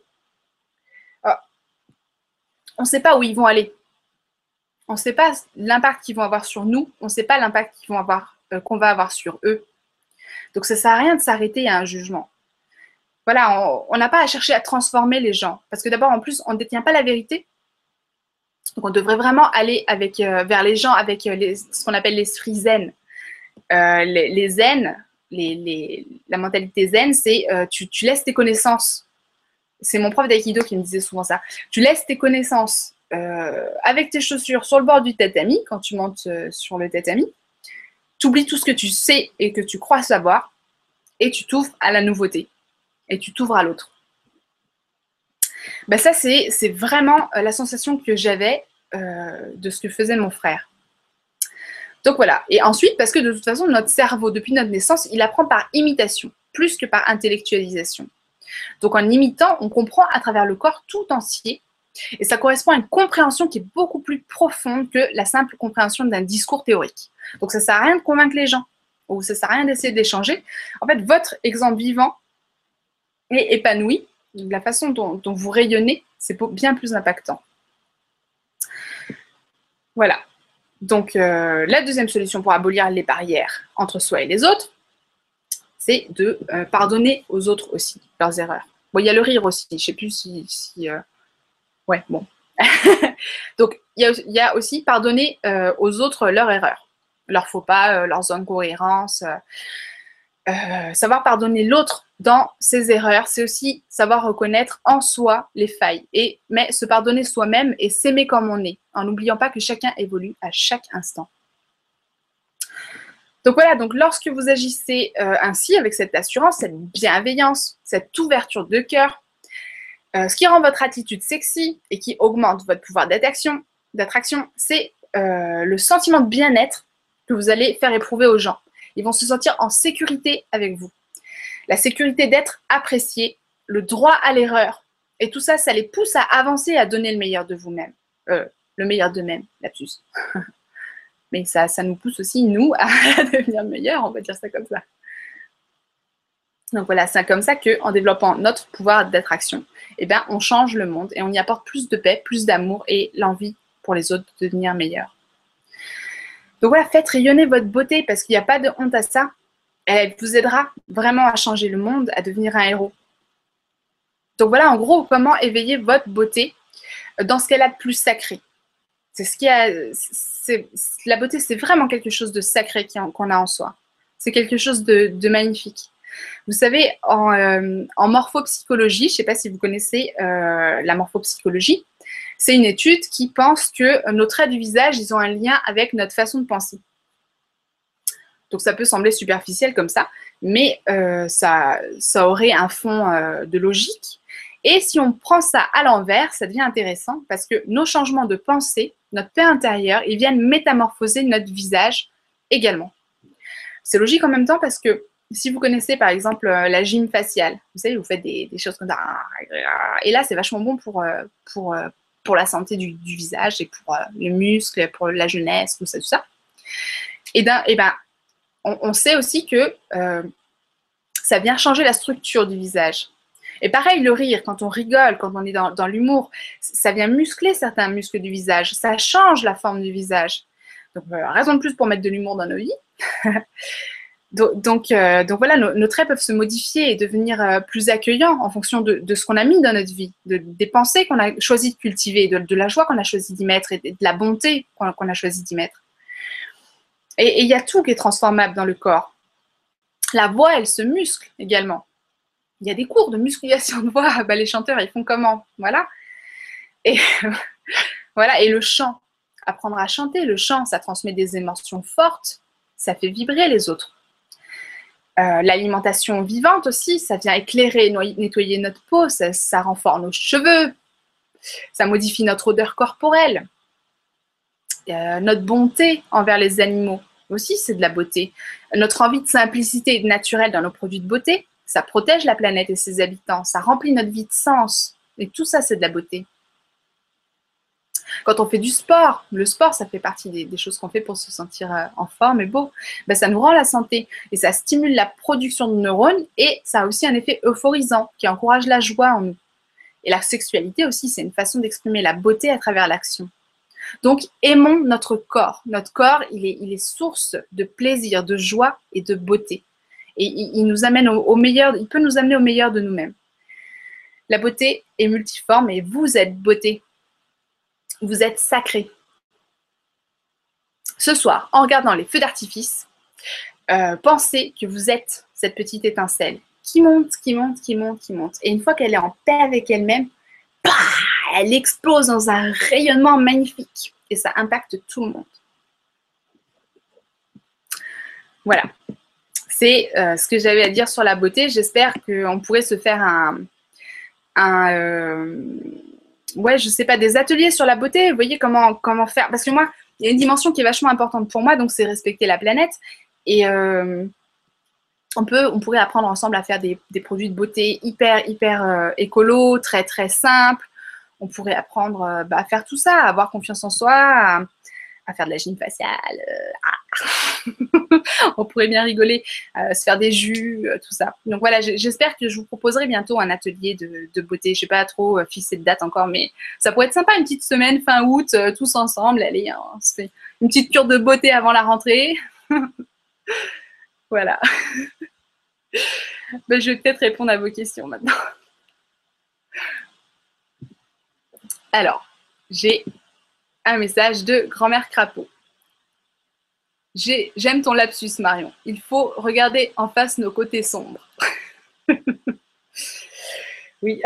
on ne sait pas où ils vont aller. On ne sait pas l'impact qu'ils vont avoir sur nous, on ne sait pas l'impact qu'on va avoir sur eux. Donc ça ne sert à rien de s'arrêter à un jugement. Voilà, on n'a pas à chercher à transformer les gens, parce que d'abord, en plus, on ne détient pas la vérité. Donc on devrait vraiment aller vers les gens avec ce qu'on appelle l'esprit zen. Les zen, la mentalité zen, c'est tu laisses tes connaissances. C'est mon prof d'aïkido qui me disait souvent ça. Tu laisses tes connaissances avec tes chaussures sur le bord du tatami, quand tu montes sur le tatami. Tu oublies tout ce que tu sais et que tu crois savoir, et tu t'ouvres à la nouveauté, et tu t'ouvres à l'autre. Ben ça, c'est vraiment la sensation que j'avais de ce que faisait mon frère. Donc voilà. Et ensuite, parce que de toute façon, notre cerveau, depuis notre naissance, il apprend par imitation, plus que par intellectualisation. Donc en imitant, on comprend à travers le corps tout entier. Et ça correspond à une compréhension qui est beaucoup plus profonde que la simple compréhension d'un discours théorique. Donc ça ne sert à rien de convaincre les gens, ou ça ne sert à rien d'essayer d'échanger. En fait, votre exemple vivant et épanoui, la façon dont vous rayonnez, c'est bien plus impactant. Voilà. Donc, la deuxième solution pour abolir les barrières entre soi et les autres, c'est de pardonner aux autres aussi leurs erreurs. Bon, il y a le rire aussi. Je ne sais plus si ouais, bon. Donc, il y a aussi pardonner aux autres leurs erreurs, leurs faux pas, leurs incohérences. Savoir pardonner l'autre dans ses erreurs, c'est aussi savoir reconnaître en soi les failles, mais se pardonner soi-même et s'aimer comme on est, en n'oubliant pas que chacun évolue à chaque instant. Donc voilà, donc lorsque vous agissez ainsi, avec cette assurance, cette bienveillance, cette ouverture de cœur, ce qui rend votre attitude sexy et qui augmente votre pouvoir d'attraction, c'est le sentiment de bien-être que vous allez faire éprouver aux gens. Ils vont se sentir en sécurité avec vous. La sécurité d'être apprécié, le droit à l'erreur. Et tout ça, ça les pousse à avancer, à donner le meilleur de vous-même. Le meilleur d'eux-mêmes, lapsus. Mais ça nous pousse aussi, nous, à devenir meilleurs, on va dire ça comme ça. Donc voilà, c'est comme ça qu'en développant notre pouvoir d'attraction, eh ben, on change le monde et on y apporte plus de paix, plus d'amour et l'envie pour les autres de devenir meilleurs. Donc voilà, faites rayonner votre beauté parce qu'il n'y a pas de honte à ça. Elle vous aidera vraiment à changer le monde, à devenir un héros. Donc voilà, en gros, comment éveiller votre beauté dans ce qu'elle a de plus sacré. La beauté, c'est vraiment quelque chose de sacré qu'on a en soi. C'est quelque chose de magnifique. Vous savez, en morphopsychologie, je ne sais pas si vous connaissez la morphopsychologie, c'est une étude qui pense que nos traits du visage, ils ont un lien avec notre façon de penser. Donc ça peut sembler superficiel comme ça, mais ça aurait un fond de logique. Et si on prend ça à l'envers, ça devient intéressant parce que nos changements de pensée, notre paix intérieure, ils viennent métamorphoser notre visage également. C'est logique en même temps parce que si vous connaissez par exemple la gym faciale, vous savez, vous faites des choses comme ça, et là c'est vachement bon pour la santé du visage et pour les muscles, pour la jeunesse, tout ça. Et ben, on sait aussi que ça vient changer la structure du visage. Et pareil, le rire, quand on rigole, quand on est dans l'humour, ça vient muscler certains muscles du visage, ça change la forme du visage. Donc, raison de plus pour mettre de l'humour dans nos vies. donc voilà, nos traits peuvent se modifier et devenir plus accueillants en fonction de ce qu'on a mis dans notre vie, des pensées qu'on a choisi de cultiver, de la joie qu'on a choisi d'y mettre et de la bonté qu'on a choisi d'y mettre. Et il y a tout qui est transformable dans le corps. La voix, elle se muscle également. Il y a des cours de musculation de voix. Les chanteurs, ils font comment? Voilà. Et voilà. Et le chant, apprendre à chanter. Le chant, ça transmet des émotions fortes. Ça fait vibrer les autres. L'alimentation vivante aussi, ça vient éclairer, nettoyer notre peau. Ça renforce nos cheveux. Ça modifie notre odeur corporelle. Notre bonté envers les animaux aussi, c'est de la beauté. Notre envie de simplicité et de naturel dans nos produits de beauté, ça protège la planète et ses habitants, ça remplit notre vie de sens. Et tout ça, c'est de la beauté. Quand on fait du sport, le sport, ça fait partie des choses qu'on fait pour se sentir en forme et beau. Ben, ça nous rend la santé et ça stimule la production de neurones et ça a aussi un effet euphorisant qui encourage la joie en nous. Et la sexualité aussi, c'est une façon d'exprimer la beauté à travers l'action. Donc, aimons notre corps. Notre corps, il est source de plaisir, de joie et de beauté. Et il nous amène au meilleur, il peut nous amener au meilleur de nous-mêmes. La beauté est multiforme et vous êtes beauté. Vous êtes sacré. Ce soir, en regardant les feux d'artifice, pensez que vous êtes cette petite étincelle qui monte, qui monte, qui monte, qui monte. Et une fois qu'elle est en paix avec elle-même, elle explose dans un rayonnement magnifique. Et ça impacte tout le monde. Voilà. C'est ce que j'avais à dire sur la beauté. J'espère qu'on pourrait se faire ouais, je sais pas, des ateliers sur la beauté. Vous voyez comment faire. Parce que moi, il y a une dimension qui est vachement importante pour moi, donc c'est respecter la planète. Et on pourrait apprendre ensemble à faire des produits de beauté hyper écolo, très très simples. On pourrait apprendre à faire tout ça, à avoir confiance en soi, à faire de la gym faciale. On pourrait bien rigoler, se faire des jus, tout ça. Donc voilà, j'espère que je vous proposerai bientôt un atelier de beauté. Je ne sais pas trop fixer de date encore, mais ça pourrait être sympa, une petite semaine fin août, tous ensemble. Allez, on se fait une petite cure de beauté avant la rentrée. Voilà. Ben, je vais peut-être répondre à vos questions maintenant. Alors, j'ai un message de grand-mère Crapaud. J'aime ton lapsus, Marion. Il faut regarder en face nos côtés sombres. Oui.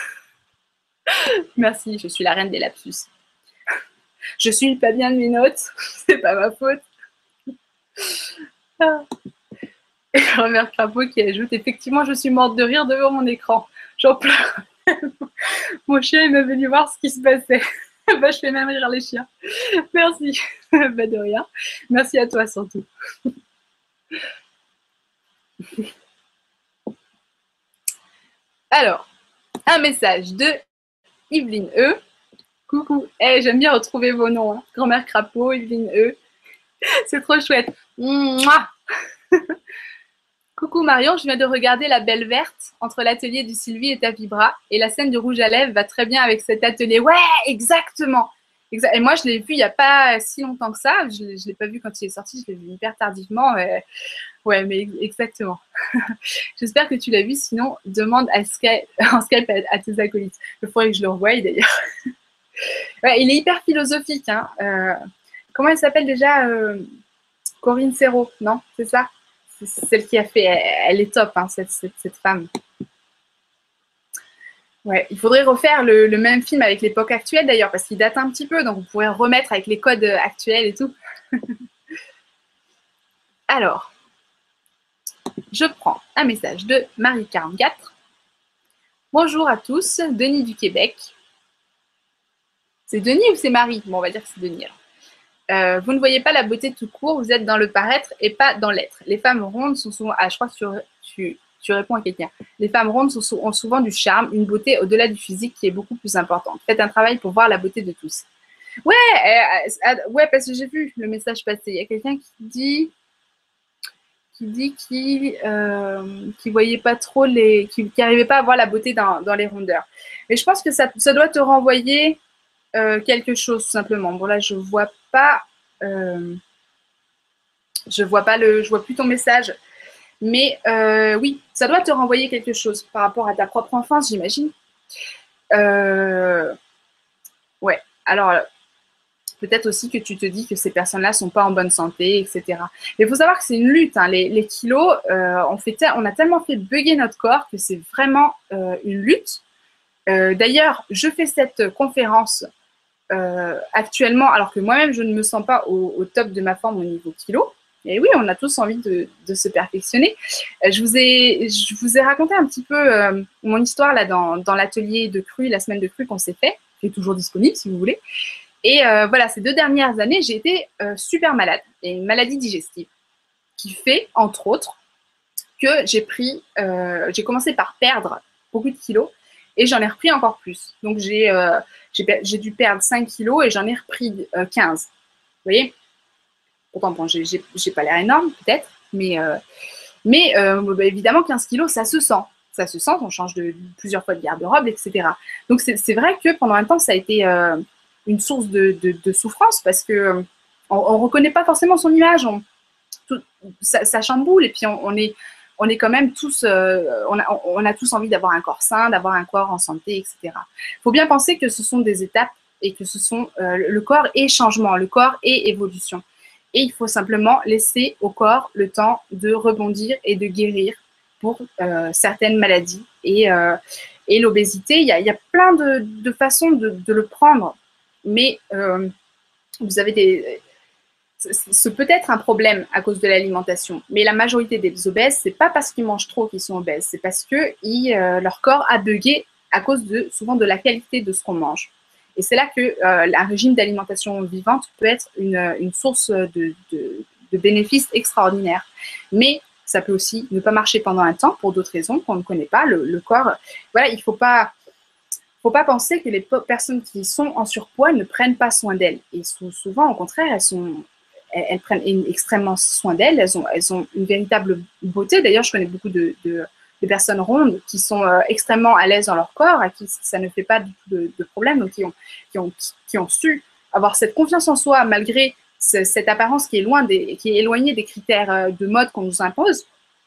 Merci, je suis la reine des lapsus. Je suis pas bien de mes notes, c'est pas ma faute. Ah. Et grand-mère Crapaud qui ajoute, effectivement, je suis morte de rire devant mon écran. J'en pleure. Mon chien est venu voir ce qui se passait. Bah, je fais même rire les chiens. Merci. Bah, de rien. Merci à toi surtout. Alors, un message de Yveline E. Coucou. Hey, j'aime bien retrouver vos noms. Hein. Grand-mère Crapaud, Yveline E. C'est trop chouette. Mouah. Coucou Marion, je viens de regarder La Belle Verte entre l'atelier du Sylvie et ta Vibra et la scène du rouge à lèvres va très bien avec cet atelier. Ouais, exactement. Et moi, je l'ai vu il n'y a pas si longtemps que ça. Je ne l'ai pas vu quand il est sorti, je l'ai vu hyper tardivement. Ouais, mais exactement. J'espère que tu l'as vu, sinon demande en Skype à tes acolytes. Il faudrait que je le revoie d'ailleurs. Ouais, il est hyper philosophique. Hein. Comment elle s'appelle déjà Corinne Serrault, non? C'est ça? C'est celle qui a fait, elle est top, hein, cette femme. Ouais, il faudrait refaire le même film avec l'époque actuelle d'ailleurs, parce qu'il date un petit peu, donc vous pourrez remettre avec les codes actuels et tout. Alors, je prends un message de Marie44. Bonjour à tous, Denis du Québec. C'est Denis ou c'est Marie? Bon, on va dire que c'est Denis alors. Vous ne voyez pas la beauté tout court, vous êtes dans le paraître et pas dans l'être. Les femmes rondes sont souvent... Ah, je crois que tu réponds à quelqu'un. Les femmes rondes ont souvent du charme, une beauté au-delà du physique qui est beaucoup plus importante. Faites un travail pour voir la beauté de tous. Ouais, ouais, parce que j'ai vu le message passer. Il y a quelqu'un qui dit qu'il voyait pas trop qui n'arrivait pas à voir la beauté dans les rondeurs. Mais je pense que ça doit te renvoyer quelque chose, tout simplement. Bon, là, je vois plus ton message. Mais oui, ça doit te renvoyer quelque chose par rapport à ta propre enfance, j'imagine. Ouais, alors peut-être aussi que tu te dis que ces personnes-là ne sont pas en bonne santé, etc. Mais il faut savoir que c'est une lutte. Hein. Les kilos, on a tellement fait bugger notre corps que c'est vraiment une lutte. D'ailleurs, je fais cette conférence actuellement, alors que moi-même, je ne me sens pas au top de ma forme au niveau kilo. Et oui, on a tous envie de se perfectionner. Je vous ai raconté un petit peu mon histoire là dans l'atelier de cru, la semaine de cru qu'on s'est fait, qui est toujours disponible si vous voulez. Et voilà, ces 2 dernières années, j'ai été super malade, et une maladie digestive qui fait, entre autres, que j'ai commencé par perdre beaucoup de kilos. et j'en ai repris encore plus. Donc, j'ai dû perdre 5 kilos et j'en ai repris 15. Vous voyez? Pourtant, bon, j'ai pas l'air énorme, peut-être, mais bah, évidemment, 15 kilos, ça se sent. Ça se sent, on change plusieurs fois de garde-robe, etc. Donc, c'est vrai que pendant un temps, ça a été une source de souffrance parce que on ne reconnaît pas forcément son image, ça chamboule, et puis on est quand même tous, on a tous envie d'avoir un corps sain, d'avoir un corps en santé, etc. Il faut bien penser que ce sont des étapes et que ce sont le corps est changement, le corps est évolution. Et il faut simplement laisser au corps le temps de rebondir et de guérir pour certaines maladies. Et l'obésité, il y a plein de façons de le prendre, mais vous avez ce peut être un problème à cause de l'alimentation, mais la majorité des obèses, c'est pas parce qu'ils mangent trop qu'ils sont obèses, c'est parce que leur corps a bugué à cause souvent de la qualité de ce qu'on mange. Et c'est là que un régime d'alimentation vivante peut être une source de bénéfices extraordinaires. Mais ça peut aussi ne pas marcher pendant un temps pour d'autres raisons qu'on ne connaît pas. Le corps, voilà, il ne faut pas penser que les personnes qui sont en surpoids ne prennent pas soin d'elles. Et souvent, au contraire, elles prennent extrêmement soin d'elles. Elles ont une véritable beauté. D'ailleurs, je connais beaucoup de personnes rondes qui sont extrêmement à l'aise dans leur corps, à qui ça ne fait pas du tout de problème, donc qui ont su avoir cette confiance en soi malgré cette apparence qui est éloignée des critères de mode qu'on nous impose.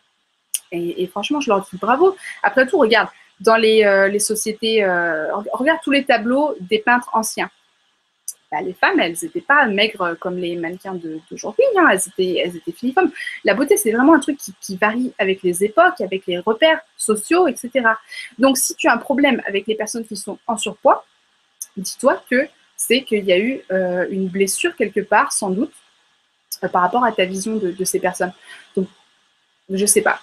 Et franchement, je leur dis bravo. Après tout, regarde, dans les sociétés, regarde tous les tableaux des peintres anciens. Bah, les femmes, elles n'étaient pas maigres comme les mannequins d'aujourd'hui, hein. Elles étaient filiformes. La beauté, c'est vraiment un truc qui varie avec les époques, avec les repères sociaux, etc. Donc, si tu as un problème avec les personnes qui sont en surpoids, dis-toi que c'est qu'il y a eu une blessure quelque part, sans doute, par rapport à ta vision de ces personnes. Donc, je ne sais pas.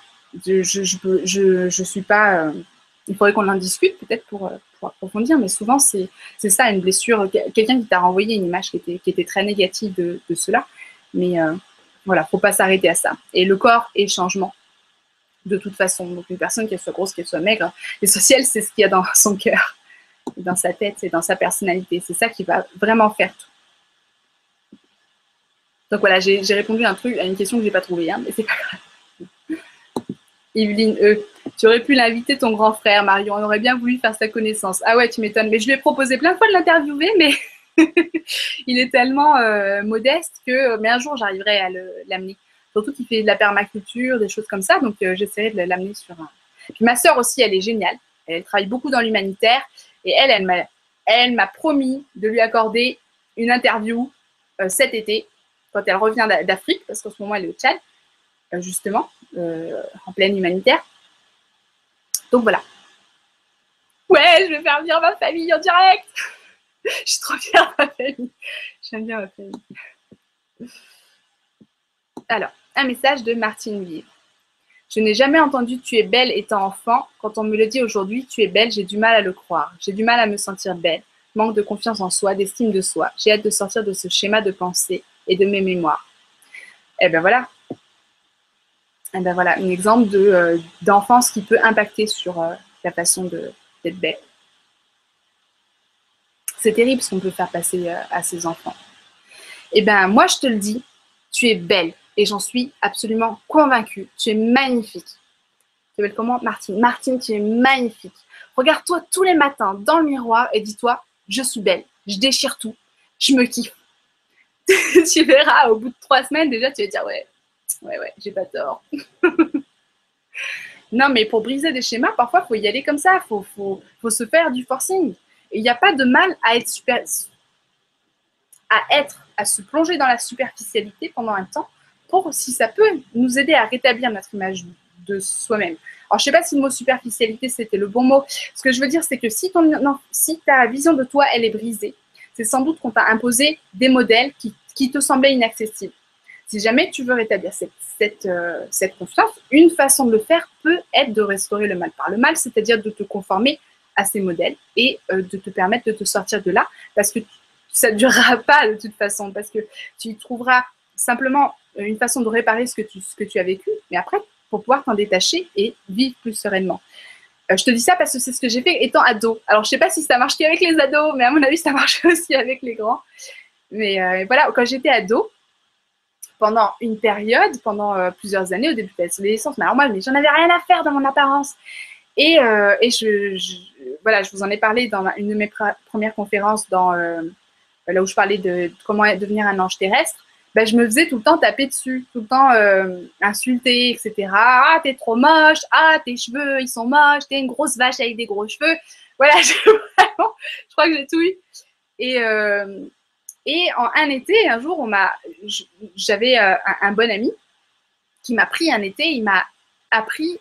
Je suis pas... il faudrait qu'on en discute peut-être pour approfondir, mais souvent c'est ça, une blessure, quelqu'un qui t'a renvoyé une image qui était très négative de cela, mais voilà, faut pas s'arrêter à ça. Et le corps est changement de toute façon, donc une personne, qu'elle soit grosse, qu'elle soit maigre, l'essentiel c'est ce qu'il y a dans son cœur, dans sa tête et dans sa personnalité, c'est ça qui va vraiment faire tout. Donc voilà, j'ai répondu à une question que j'ai pas trouvée, hein, mais c'est pas grave. Yveline tu aurais pu l'inviter, ton grand frère, Marion. On aurait bien voulu faire sa connaissance. Ah ouais, tu m'étonnes. Mais je lui ai proposé plein de fois de l'interviewer, mais il est tellement modeste que mais un jour, j'arriverai à l'amener. Surtout qu'il fait de la permaculture, des choses comme ça. Donc, j'essaierai de l'amener sur un... Puis ma sœur aussi, elle est géniale. Elle travaille beaucoup dans l'humanitaire. Et elle m'a promis de lui accorder une interview cet été, quand elle revient d'Afrique, parce qu'en ce moment, elle est au Tchad, justement, en pleine humanitaire. Donc voilà. Ouais, je vais faire venir ma famille en direct. Je suis trop fière de ma famille. J'aime bien ma famille. Alors, un message de Martine Vive. Je n'ai jamais entendu tu es belle étant enfant. Quand on me le dit aujourd'hui, tu es belle, j'ai du mal à le croire. J'ai du mal à me sentir belle. Manque de confiance en soi, d'estime de soi. J'ai hâte de sortir de ce schéma de pensée et de mes mémoires. Eh ben voilà. Eh ben voilà, un exemple d'enfance qui peut impacter sur la façon d'être belle. C'est terrible ce qu'on peut faire passer à ses enfants. Eh bien, moi, je te le dis, tu es belle et j'en suis absolument convaincue. Tu es magnifique. Tu t'appelles comment? Martine. Martine, tu es magnifique. Regarde-toi tous les matins dans le miroir et dis-toi, je suis belle, je déchire tout, je me kiffe. Tu verras, au bout de 3 semaines, déjà, tu vas dire, ouais, j'ai pas tort. Non, mais pour briser des schémas, parfois, il faut y aller comme ça. Il faut se faire du forcing. Et il n'y a pas de mal à se plonger dans la superficialité pendant un temps, si ça peut nous aider à rétablir notre image de soi-même. Alors, je ne sais pas si le mot superficialité, c'était le bon mot. Ce que je veux dire, c'est que si ta vision de toi, elle est brisée, c'est sans doute qu'on t'a imposé des modèles qui te semblaient inaccessibles. Si jamais tu veux rétablir cette confiance, une façon de le faire peut être de restaurer le mal par le mal, c'est-à-dire de te conformer à ces modèles et de te permettre de te sortir de là, parce que ça ne durera pas de toute façon, parce que tu trouveras simplement une façon de réparer ce que tu as vécu, mais après, pour pouvoir t'en détacher et vivre plus sereinement. Je te dis ça parce que c'est ce que j'ai fait étant ado. Alors, je sais pas si ça marche qu'avec les ados, mais à mon avis, ça marche aussi avec les grands. Mais voilà, quand j'étais ado, pendant une période, pendant plusieurs années, au début de l'adolescence, mais alors moi, j'en avais rien à faire dans mon apparence. Et voilà, je vous en ai parlé dans une de mes premières conférences, là où je parlais de comment devenir un ange terrestre. Ben, je me faisais tout le temps taper dessus, tout le temps insulter, etc. Ah, t'es trop moche, ah, tes cheveux, ils sont moches, t'es une grosse vache avec des gros cheveux. Voilà, je crois que j'ai tout eu. Et en un été, un jour, j'avais un bon ami qui m'a pris un été, il m'a appris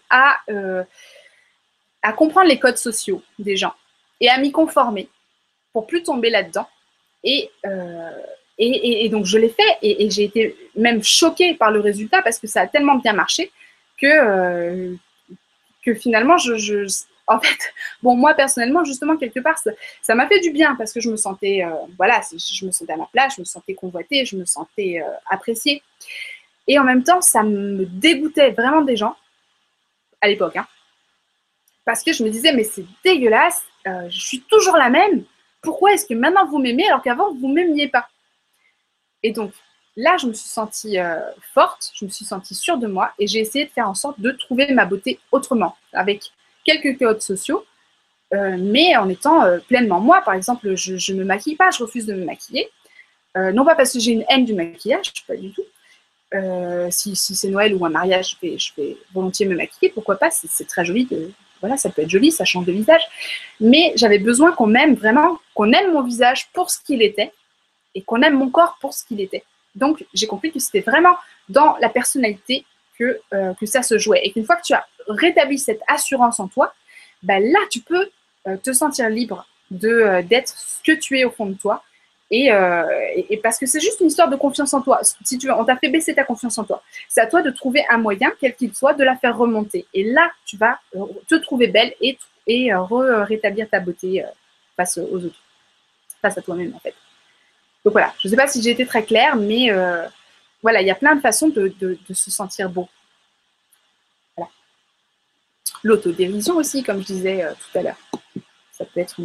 à comprendre les codes sociaux des gens et à m'y conformer pour plus tomber là-dedans. Et donc, je l'ai fait et j'ai été même choquée par le résultat parce que ça a tellement bien marché que finalement, en fait, bon, moi, personnellement, justement, quelque part, ça m'a fait du bien parce que je me sentais, voilà, je me sentais à ma place, je me sentais convoitée, je me sentais appréciée. Et en même temps, ça me dégoûtait vraiment des gens, à l'époque, hein, parce que je me disais, mais c'est dégueulasse, je suis toujours la même, pourquoi est-ce que maintenant vous m'aimez alors qu'avant vous ne m'aimiez pas? Et donc, là, je me suis sentie forte, je me suis sentie sûre de moi et j'ai essayé de faire en sorte de trouver ma beauté autrement, avec quelques codes sociaux, mais en étant pleinement moi. Par exemple, je ne me maquille pas, je refuse de me maquiller. Non pas parce que j'ai une haine du maquillage, pas du tout. Si c'est Noël ou un mariage, je vais volontiers me maquiller, pourquoi pas, c'est très joli. Voilà, ça peut être joli, ça change de visage. Mais j'avais besoin qu'on m'aime vraiment, qu'on aime mon visage pour ce qu'il était et qu'on aime mon corps pour ce qu'il était. Donc, j'ai compris que c'était vraiment dans la personnalité que ça se jouait. Et qu'une fois que tu as rétabli cette assurance en toi, ben là, tu peux te sentir libre d'être ce que tu es au fond de toi. Et parce que c'est juste une histoire de confiance en toi. Si tu veux, on t'a fait baisser ta confiance en toi. C'est à toi de trouver un moyen, quel qu'il soit, de la faire remonter. Et là, tu vas te trouver belle et rétablir ta beauté face aux autres, face à toi-même en fait. Donc voilà, je ne sais pas si j'ai été très claire, mais voilà, il y a plein de façons de se sentir beau. Voilà. L'autodérision aussi, comme je disais tout à l'heure. Ça peut être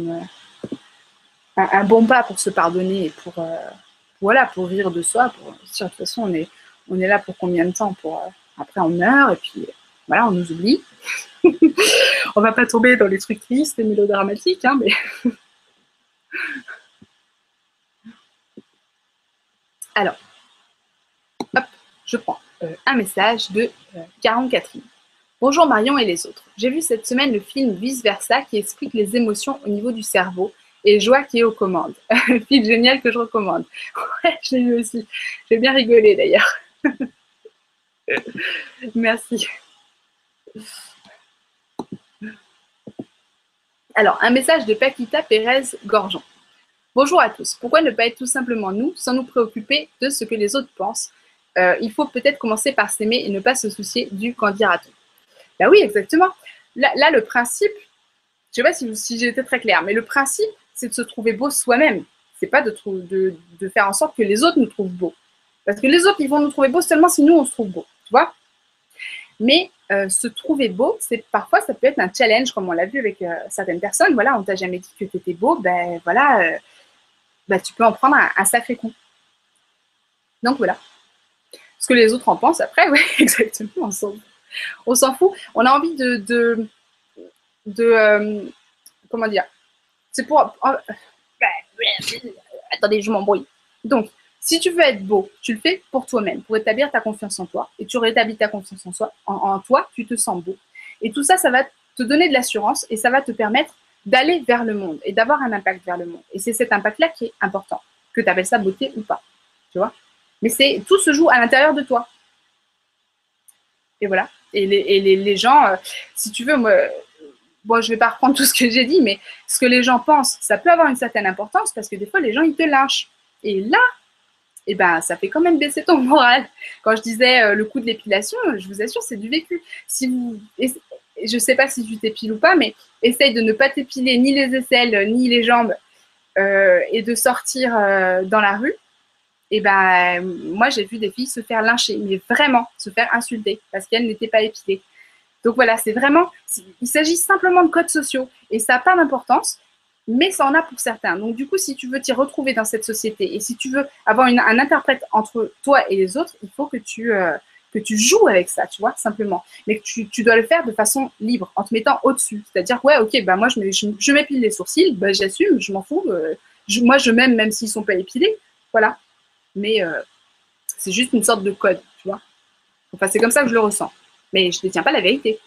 un bon pas pour se pardonner et pour rire de soi. De toute façon, on est là pour combien de temps après, on meurt et puis voilà, on nous oublie. On va pas tomber dans les trucs tristes et mélodramatiques, hein, mais... Alors, hop, je prends un message de Caron Catherine. Bonjour Marion et les autres. J'ai vu cette semaine le film Vice Versa qui explique les émotions au niveau du cerveau et Joie qui est aux commandes. Un film génial que je recommande. Ouais, je l'ai vu aussi. J'ai bien rigolé d'ailleurs. Merci. Alors, un message de Paquita Pérez-Gorgeon. Bonjour à tous. Pourquoi ne pas être tout simplement nous, sans nous préoccuper de ce que les autres pensent? Il faut peut-être commencer par s'aimer et ne pas se soucier du qu'en dira-t-on. Ben oui, exactement. Là, le principe, je ne sais pas si j'ai été très claire, mais le principe, c'est de se trouver beau soi-même. C'est pas de faire en sorte que les autres nous trouvent beaux. Parce que les autres, ils vont nous trouver beaux seulement si nous, on se trouve beau. Tu vois? Mais se trouver beau, parfois, ça peut être un challenge, comme on l'a vu avec certaines personnes. Voilà, on t'a jamais dit que tu étais beau, ben voilà, tu peux en prendre un sacré coup. Donc voilà. Ce que les autres en pensent après, oui, exactement, on s'en fout. On a envie comment dire, c'est pour... attendez, je m'embrouille. Donc, si tu veux être beau, tu le fais pour toi-même, pour établir ta confiance en toi. Et tu rétablis ta confiance en toi, tu te sens beau. Et tout ça, ça va te donner de l'assurance et ça va te permettre d'aller vers le monde et d'avoir un impact vers le monde. Et c'est cet impact-là qui est important, que tu appelles ça beauté ou pas. Tu vois? Mais tout se joue à l'intérieur de toi. Et voilà. Et les gens, si tu veux, moi, je ne vais pas reprendre tout ce que j'ai dit, mais ce que les gens pensent, ça peut avoir une certaine importance parce que des fois, les gens, ils te lynchent. Et là, eh ben, ça fait quand même baisser ton moral. Quand je disais le coût de l'épilation, je vous assure, c'est du vécu. Je ne sais pas si tu t'épiles ou pas, mais essaye de ne pas t'épiler ni les aisselles, ni les jambes et de sortir dans la rue. Et ben, moi, j'ai vu des filles se faire lyncher, mais vraiment se faire insulter parce qu'elles n'étaient pas épilées. Donc voilà, c'est vraiment, il s'agit simplement de codes sociaux et ça n'a pas d'importance, mais ça en a pour certains. Donc du coup, si tu veux t'y retrouver dans cette société et si tu veux avoir un interprète entre toi et les autres, il faut que tu joues avec ça, tu vois, simplement. Mais que tu dois le faire de façon libre, en te mettant au-dessus. C'est-à-dire, ouais, ok, bah moi, je m'épile les sourcils, bah, j'assume, je m'en fous. Moi, je m'aime même s'ils ne sont pas épilés. Voilà. Mais c'est juste une sorte de code, tu vois. Enfin, c'est comme ça que je le ressens. Mais je ne détiens pas la vérité.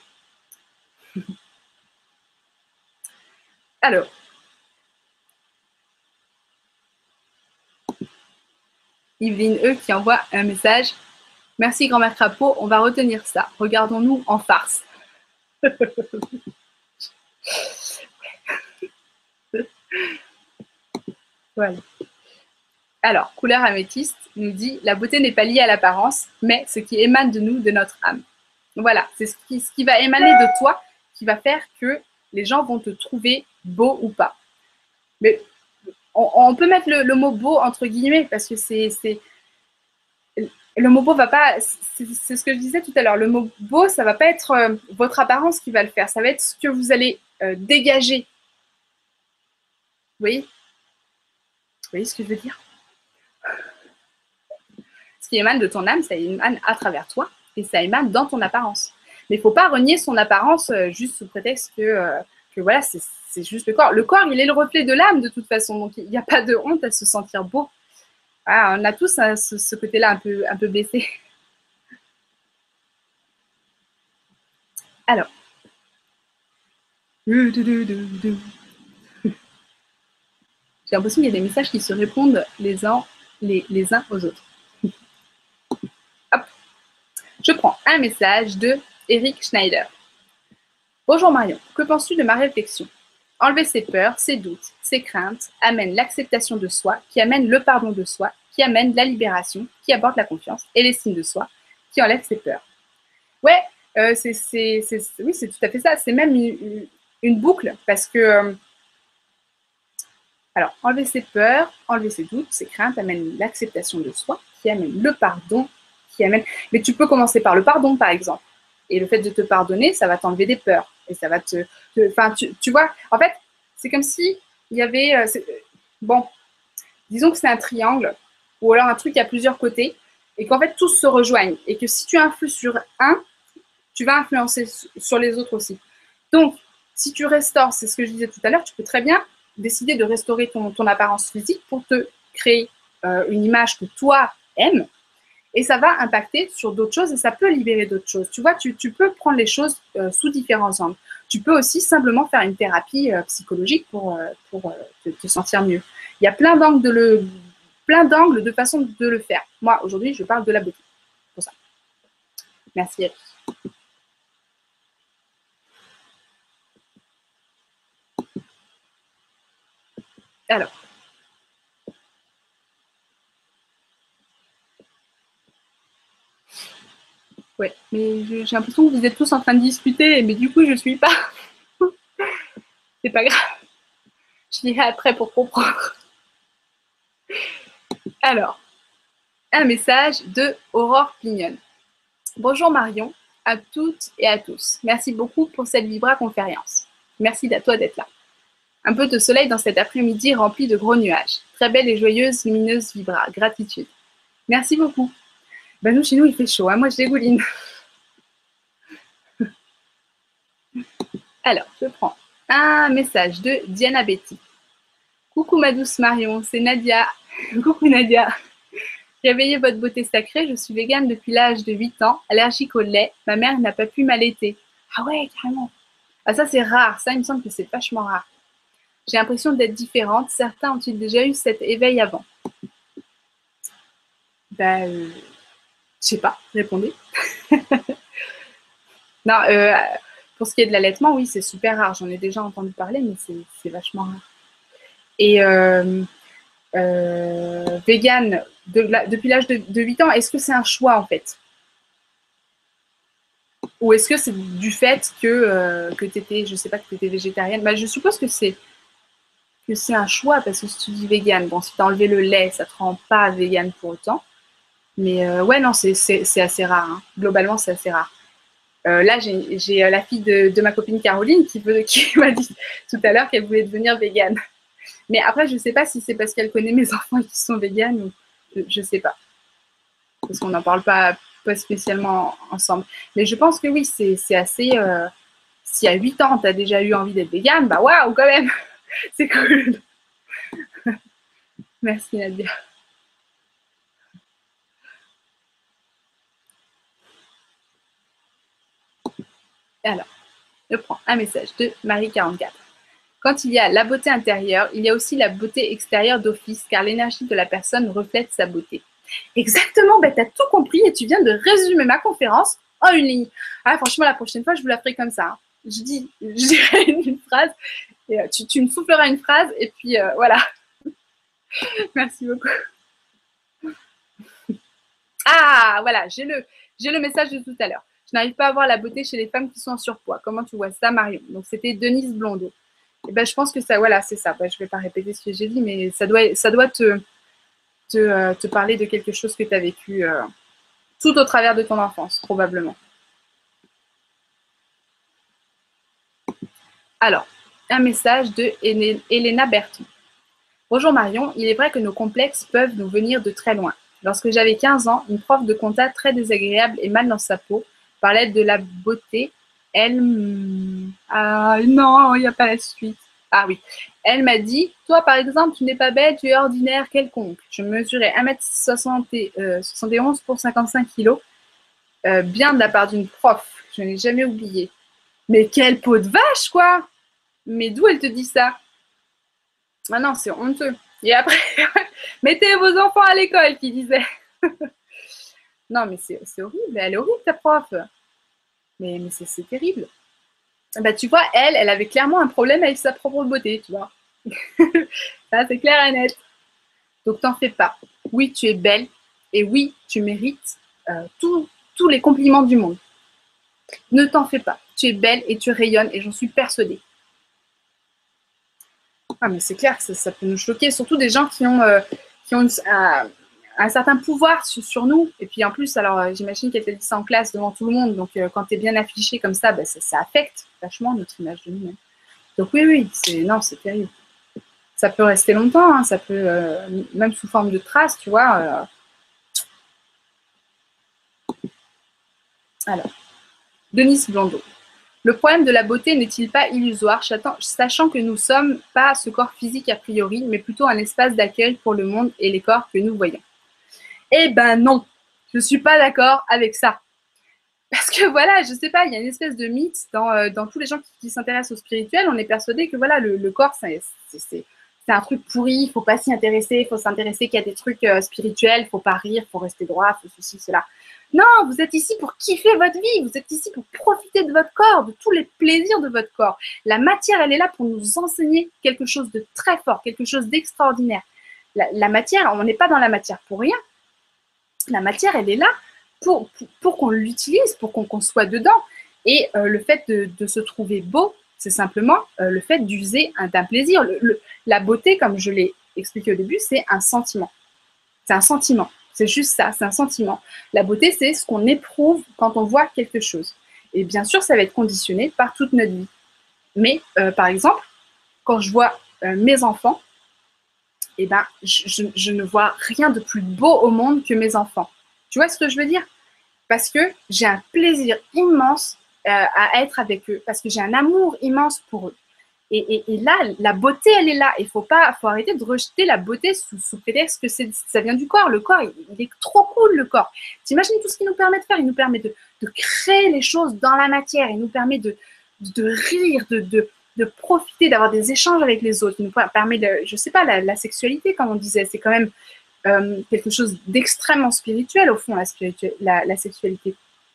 Alors, Yveline E qui envoie un message. Merci grand-mère Crapaud, on va retenir ça. Regardons-nous en farce. Voilà. Alors, couleur améthyste nous dit la beauté n'est pas liée à l'apparence, mais ce qui émane de nous, de notre âme. Voilà, c'est ce qui va émaner de toi qui va faire que les gens vont te trouver beau ou pas. Mais on peut mettre le mot beau entre guillemets parce que le mot beau va pas, c'est ce que je disais tout à l'heure, le mot beau, ça va pas être votre apparence qui va le faire, ça va être ce que vous allez dégager. Vous voyez ce que je veux dire? Ce qui émane de ton âme, ça émane à travers toi et ça émane dans ton apparence. Mais il ne faut pas renier son apparence juste sous prétexte que voilà, c'est juste le corps. Le corps, il est le reflet de l'âme de toute façon, donc il n'y a pas de honte à se sentir beau. Voilà, on a tous ce côté-là un peu baissé. Alors. J'ai l'impression qu'il y a des messages qui se répondent les uns aux autres. Hop. Je prends un message de Eric Schneider. Bonjour Marion, que penses-tu de ma réflexion? Enlever ses peurs, ses doutes, ses craintes amène l'acceptation de soi, qui amène le pardon de soi, qui amène la libération, qui apporte la confiance et l'estime de soi, qui enlève ses peurs. Ouais, oui, c'est tout à fait ça. C'est même une boucle parce que alors, enlever ses peurs, enlever ses doutes, ses craintes amène l'acceptation de soi, qui amène le pardon, qui amène. Mais tu peux commencer par le pardon, par exemple. Et le fait de te pardonner, ça va t'enlever des peurs. Et ça va enfin, tu vois, en fait, c'est comme si il y avait. Bon, disons que c'est un triangle, ou alors un truc qui a plusieurs côtés, et qu'en fait, tous se rejoignent. Et que si tu influes sur un, tu vas influencer sur les autres aussi. Donc, si tu restaures, c'est ce que je disais tout à l'heure, tu peux très bien décider de restaurer ton apparence physique pour te créer une image que toi aimes. Et ça va impacter sur d'autres choses et ça peut libérer d'autres choses. Tu vois, tu peux prendre les choses sous différents angles. Tu peux aussi simplement faire une thérapie psychologique pour te sentir mieux. Il y a plein d'angles de façons de le faire. Moi, aujourd'hui, je parle de la beauté. Pour ça. Merci, Eric. Alors. Ouais, mais j'ai l'impression que vous êtes tous en train de discuter, mais du coup, je ne suis pas. C'est pas grave. Je dirai après pour comprendre. Alors, un message de Aurore Pignonne. Bonjour Marion, à toutes et à tous. Merci beaucoup pour cette vibra-conférence. Merci à toi d'être là. Un peu de soleil dans cet après-midi rempli de gros nuages. Très belle et joyeuse, lumineuse vibra. Gratitude. Merci beaucoup. Ben nous, chez nous, il fait chaud. Hein. Moi, je dégouline. Alors, je prends un message de Diana Betty. Coucou ma douce Marion, c'est Nadia. Coucou Nadia. Réveillez votre beauté sacrée, je suis végane depuis l'âge de 8 ans, allergique au lait. Ma mère n'a pas pu m'allaiter. Ah ouais, carrément. Ah ça, c'est rare. Ça, il me semble que c'est vachement rare. J'ai l'impression d'être différente. Certains ont-ils déjà eu cet éveil avant? Ben, je sais pas. Répondez. Non, pour ce qui est de l'allaitement, oui, c'est super rare. J'en ai déjà entendu parler, mais c'est vachement rare. Et végane depuis l'âge de 8 ans, est-ce que c'est un choix en fait? Ou est-ce que c'est du fait que tu étais, je sais pas, que tu étais végétarienne? Bah, je suppose que c'est un choix parce que si tu dis végane, bon, si tu as enlevé le lait, ça te rend pas végane pour autant. Mais ouais, non, c'est assez rare. Hein. Globalement, c'est assez rare. Là, j'ai la fille de ma copine Caroline qui m'a dit tout à l'heure qu'elle voulait devenir végane. Mais après, je ne sais pas si c'est parce qu'elle connaît mes enfants qui sont véganes ou je ne sais pas. Parce qu'on n'en parle pas spécialement ensemble. Mais je pense que oui, c'est assez... si à 8 ans, tu as déjà eu envie d'être végane, bah waouh, quand même. C'est cool. Merci Nadia. Alors, je prends un message de Marie44. Quand il y a la beauté intérieure, il y a aussi la beauté extérieure d'office, car l'énergie de la personne reflète sa beauté. Exactement, ben, tu as tout compris et tu viens de résumer ma conférence en une ligne. Ah, franchement, la prochaine fois, je vous la ferai comme ça. Hein. Je dirai une phrase, et, tu me souffleras une phrase, et puis voilà. Merci beaucoup. Ah, voilà, j'ai le message de tout à l'heure. Je n'arrive pas à voir la beauté chez les femmes qui sont en surpoids. Comment tu vois ça, Marion? Donc, c'était Denise Blondeau. Et ben, je pense que ça, voilà, c'est ça. Ben, je ne vais pas répéter ce que j'ai dit, mais ça doit te parler de quelque chose que tu as vécu tout au travers de ton enfance, probablement. Alors, un message de Elena Berton. Bonjour Marion, il est vrai que nos complexes peuvent nous venir de très loin. Lorsque j'avais 15 ans, une prof de compta très désagréable et mal dans sa peau parlait de la beauté. Ah non, il n'y a pas la suite. Ah oui. Elle m'a dit, toi par exemple, tu n'es pas belle, tu es ordinaire quelconque. Je mesurais 1m71 pour 55 kg. Bien de la part d'une prof, je n'ai jamais oublié. Mais quelle peau de vache, quoi! Mais d'où elle te dit ça? Ah non, c'est honteux. Et après, mettez vos enfants à l'école, qui disait. Non, mais c'est horrible. Elle est horrible, ta prof. Mais c'est terrible. Bah, tu vois, elle avait clairement un problème avec sa propre beauté, tu vois. Ça, c'est clair et net. Donc, t'en fais pas. Oui, tu es belle. Et oui, tu mérites tous les compliments du monde. Ne t'en fais pas. Tu es belle et tu rayonnes et j'en suis persuadée. Ah, mais c'est clair que ça peut nous choquer, surtout des gens qui ont un certain pouvoir sur nous. Et puis en plus, alors j'imagine qu'elle t'a dit ça en classe devant tout le monde. Donc quand tu es bien affiché comme ça, bah, ça affecte vachement notre image de nous-mêmes. Donc oui, c'est terrible. Ça peut rester longtemps, hein, ça peut, même sous forme de traces, tu vois. Alors, Denise Blondeau. Le problème de la beauté n'est-il pas illusoire, sachant que nous ne sommes pas ce corps physique a priori, mais plutôt un espace d'accueil pour le monde et les corps que nous voyons? Eh ben non, je ne suis pas d'accord avec ça. Parce que voilà, je ne sais pas, il y a une espèce de mythe dans tous les gens qui s'intéressent au spirituel. On est persuadé que voilà, le corps, c'est un truc pourri, il ne faut pas s'y intéresser, il faut s'intéresser qu'à des trucs spirituels, il ne faut pas rire, il faut rester droit, il faut ceci, cela. Non, vous êtes ici pour kiffer votre vie, vous êtes ici pour profiter de votre corps, de tous les plaisirs de votre corps. La matière, elle est là pour nous enseigner quelque chose de très fort, quelque chose d'extraordinaire. La matière, on n'est pas dans la matière pour rien. La matière, elle est là pour qu'on l'utilise, pour qu'on soit dedans. Et le fait de se trouver beau, c'est simplement le fait d'user d'un plaisir. La beauté, comme je l'ai expliqué au début, c'est un sentiment. C'est un sentiment. C'est juste ça, c'est un sentiment. La beauté, c'est ce qu'on éprouve quand on voit quelque chose. Et bien sûr, ça va être conditionné par toute notre vie. Mais, par exemple, quand je vois mes enfants, eh ben, je ne vois rien de plus beau au monde que mes enfants. Tu vois ce que je veux dire? Parce que j'ai un plaisir immense à être avec eux, parce que j'ai un amour immense pour eux. Et là, la beauté, elle est là. Il faut arrêter de rejeter la beauté sous prétexte que ça vient du corps. Le corps, il est trop cool, le corps. T'imagines tout ce qu'il nous permet de faire? Il nous permet de créer les choses dans la matière. Il nous permet de rire, de profiter, d'avoir des échanges avec les autres. Il nous permet, je sais pas, la sexualité, comme on disait. C'est quand même quelque chose d'extrêmement spirituel, au fond, la sexualité.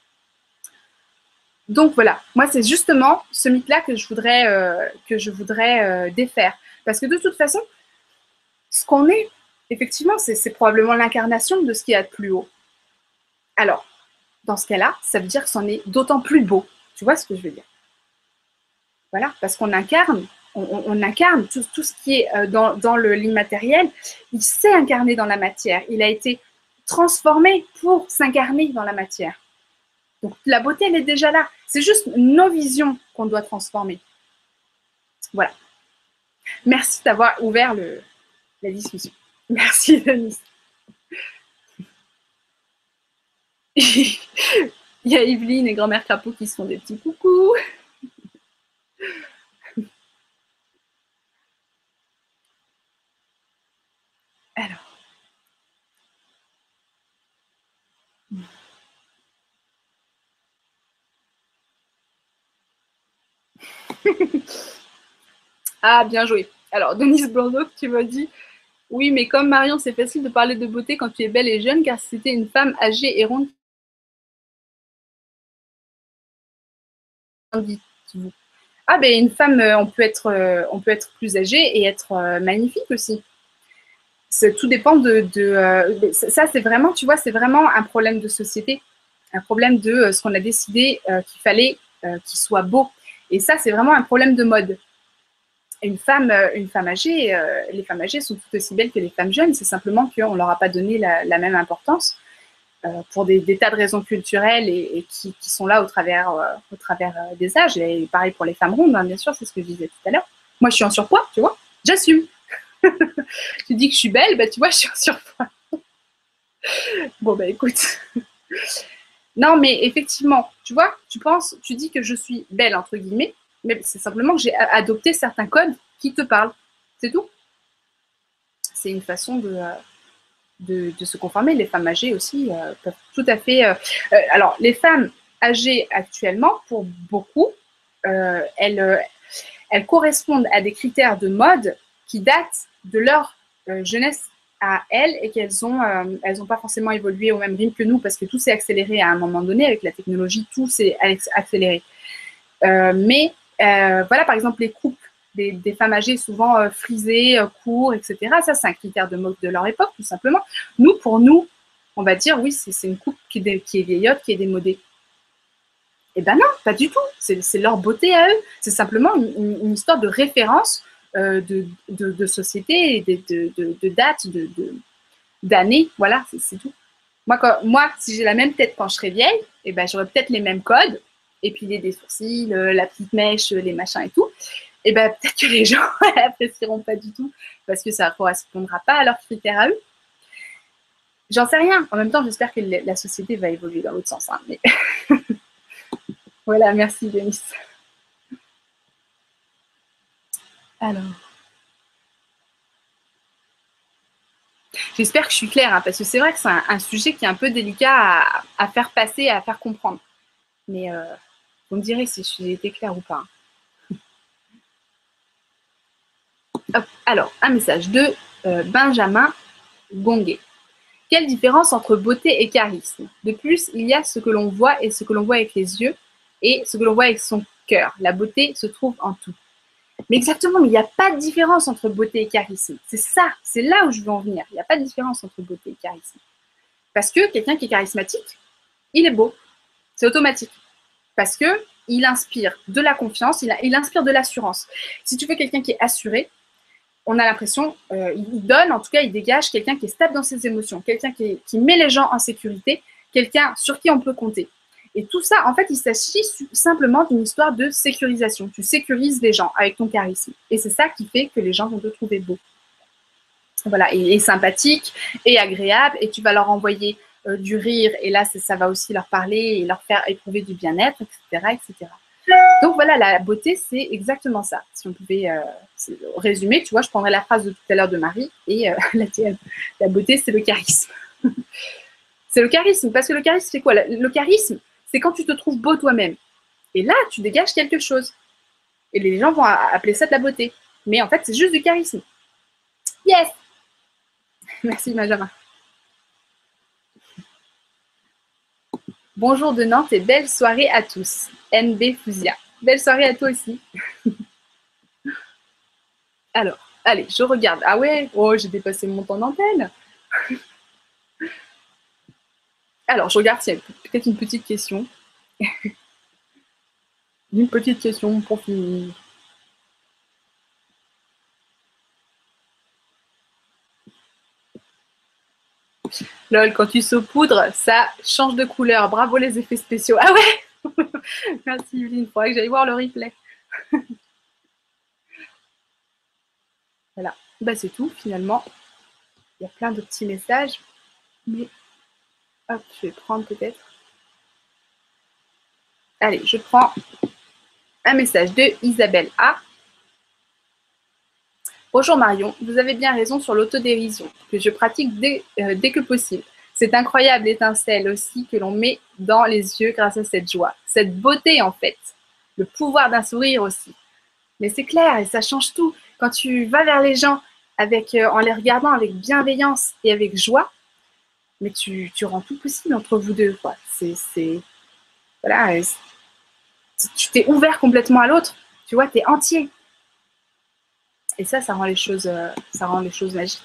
Donc voilà, moi c'est justement ce mythe-là que je voudrais défaire. Parce que de toute façon, ce qu'on est, effectivement, c'est probablement l'incarnation de ce qu'il y a de plus haut. Alors, dans ce cas-là, ça veut dire que c'en est d'autant plus beau. Tu vois ce que je veux dire? Voilà, parce qu'on incarne, on incarne tout ce qui est dans l'immatériel. Il s'est incarné dans la matière. Il a été transformé pour s'incarner dans la matière. Donc la beauté, elle est déjà là. C'est juste nos visions qu'on doit transformer. Voilà. Merci d'avoir ouvert la discussion. Merci, Denis. Il y a Evelyne et grand-mère Crapaud qui se font des petits coucous. Alors. Ah, bien joué. Alors, Denise Blondeau, tu m'as dit, oui, mais comme Marion, c'est facile de parler de beauté quand tu es belle et jeune, car c'était une femme âgée et ronde. Dites-vous. Ah, ben une femme, on peut être plus âgée et être magnifique aussi. Tout dépend ça, c'est vraiment, tu vois, c'est vraiment un problème de société, un problème de ce qu'on a décidé qu'il fallait qu'il soit beau. Et ça, c'est vraiment un problème de mode. Une femme âgée, les femmes âgées sont tout aussi belles que les femmes jeunes. C'est simplement qu'on ne leur a pas donné la même importance pour des tas de raisons culturelles et qui sont là au travers des âges. Et pareil pour les femmes rondes, hein, bien sûr, c'est ce que je disais tout à l'heure. Moi, je suis en surpoids, tu vois, j'assume. Tu dis que je suis belle, bah, tu vois, je suis en surpoids. Bon, bah écoute. Non, mais effectivement, tu vois, tu dis que je suis belle, entre guillemets, mais c'est simplement que j'ai adopté certains codes qui te parlent. C'est tout. C'est une façon de se conformer. Les femmes âgées aussi peuvent tout à fait. Alors, les femmes âgées actuellement, pour beaucoup, elles correspondent à des critères de mode qui datent de leur jeunesse à elles et qu'elles n'ont pas forcément évolué au même rythme que nous parce que tout s'est accéléré à un moment donné avec la technologie, tout s'est accéléré. Mais voilà, par exemple, les coupes des femmes âgées souvent frisées, courts, etc. Ça, c'est un critère de mode de leur époque, tout simplement. Nous, pour nous, on va dire, oui, c'est une coupe qui est vieillotte, qui est démodée. Eh ben non, pas du tout. C'est leur beauté à eux. C'est simplement une histoire de référence de société, de date, d'années. Voilà, c'est tout. Moi, si j'ai la même tête quand je serai vieille, eh ben, j'aurai peut-être les mêmes codes, épiler des sourcils, la petite mèche, les machins et tout. Et ben, peut-être que les gens n'apprécieront pas du tout parce que ça ne correspondra pas à leurs critères à eux. J'en sais rien. En même temps, j'espère que la société va évoluer dans l'autre sens. Hein, mais voilà, merci Denis. Alors. J'espère que je suis claire, hein, parce que c'est vrai que c'est un sujet qui est un peu délicat à faire passer, à faire comprendre. Mais vous me direz si j'ai été claire ou pas. Hop, alors, un message de Benjamin Gonguet. Quelle différence entre beauté et charisme? De plus, il y a ce que l'on voit et ce que l'on voit avec les yeux et ce que l'on voit avec son cœur. La beauté se trouve en tout. Mais exactement, mais il n'y a pas de différence entre beauté et charisme. C'est ça, c'est là où je veux en venir. Il n'y a pas de différence entre beauté et charisme. Parce que quelqu'un qui est charismatique, il est beau. C'est automatique. Parce que il inspire de la confiance, il inspire de l'assurance. Si tu veux quelqu'un qui est assuré, on a l'impression, il donne, en tout cas, il dégage quelqu'un qui est stable dans ses émotions, quelqu'un qui met les gens en sécurité, quelqu'un sur qui on peut compter. Et tout ça, en fait, il s'agit simplement d'une histoire de sécurisation. Tu sécurises les gens avec ton charisme. Et c'est ça qui fait que les gens vont te trouver beau. Voilà, et sympathique, et agréable, et tu vas leur envoyer du rire, et là, ça va aussi leur parler et leur faire éprouver du bien-être, etc., etc. Donc voilà, la beauté, c'est exactement ça. Si on pouvait résumer, tu vois, je prendrais la phrase de tout à l'heure de Marie et la tienne. La beauté, c'est le charisme. C'est le charisme, parce que le charisme, c'est quoi? Le charisme, c'est quand tu te trouves beau toi-même. Et là, tu dégages quelque chose. Et les gens vont appeler ça de la beauté. Mais en fait, c'est juste du charisme. Yes! Merci, Benjamin. Bonjour de Nantes et belle soirée à tous. NB Fusia. Belle soirée à toi aussi. Alors, allez, je regarde. Ah ouais, oh, j'ai dépassé mon temps d'antenne. Alors, je regarde s'il y a peut-être une petite question. Une petite question pour finir. Lol, quand tu saupoudres, ça change de couleur. Bravo les effets spéciaux. Ah ouais. Merci Yveline, il faudrait que j'aille voir le replay. Voilà, bah, c'est tout finalement. Il y a plein de petits messages. Mais hop, je vais prendre peut-être. Allez, je prends un message de Isabelle A. Bonjour Marion, vous avez bien raison sur l'autodérision, que je pratique dès que possible. C'est incroyable l'étincelle aussi que l'on met dans les yeux grâce à cette joie, cette beauté en fait, le pouvoir d'un sourire aussi. Mais c'est clair et ça change tout. Quand tu vas vers les gens avec, en les regardant avec bienveillance et avec joie, mais tu rends tout possible entre vous deux, quoi. Voilà, tu t'es ouvert complètement à l'autre, tu vois, tu es entier. Et ça rend les choses magiques.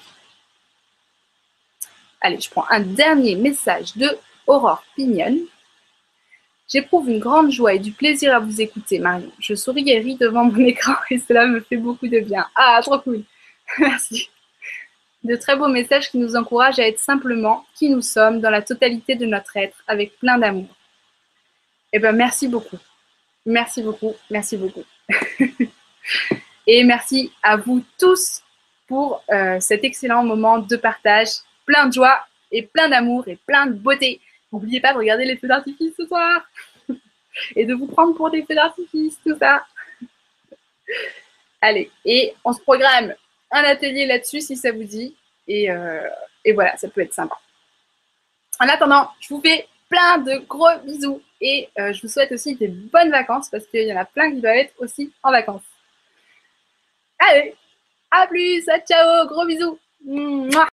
Allez, je prends un dernier message de Aurore Pignonne. J'éprouve une grande joie et du plaisir à vous écouter, Marion. Je souris et ris devant mon écran et cela me fait beaucoup de bien. Ah, trop cool. Merci. De très beaux messages qui nous encouragent à être simplement qui nous sommes dans la totalité de notre être, avec plein d'amour. Eh bien, merci beaucoup. Merci beaucoup. Merci beaucoup. Et merci à vous tous pour cet excellent moment de partage, plein de joie et plein d'amour et plein de beauté. N'oubliez pas de regarder les feux d'artifice ce soir et de vous prendre pour des feux d'artifice, tout ça. Allez, et on se programme un atelier là-dessus si ça vous dit. Et voilà, ça peut être sympa. En attendant, je vous fais plein de gros bisous et je vous souhaite aussi des bonnes vacances parce qu'il y en a plein qui doivent être aussi en vacances. Allez, à plus, ciao, gros bisous. Mouah.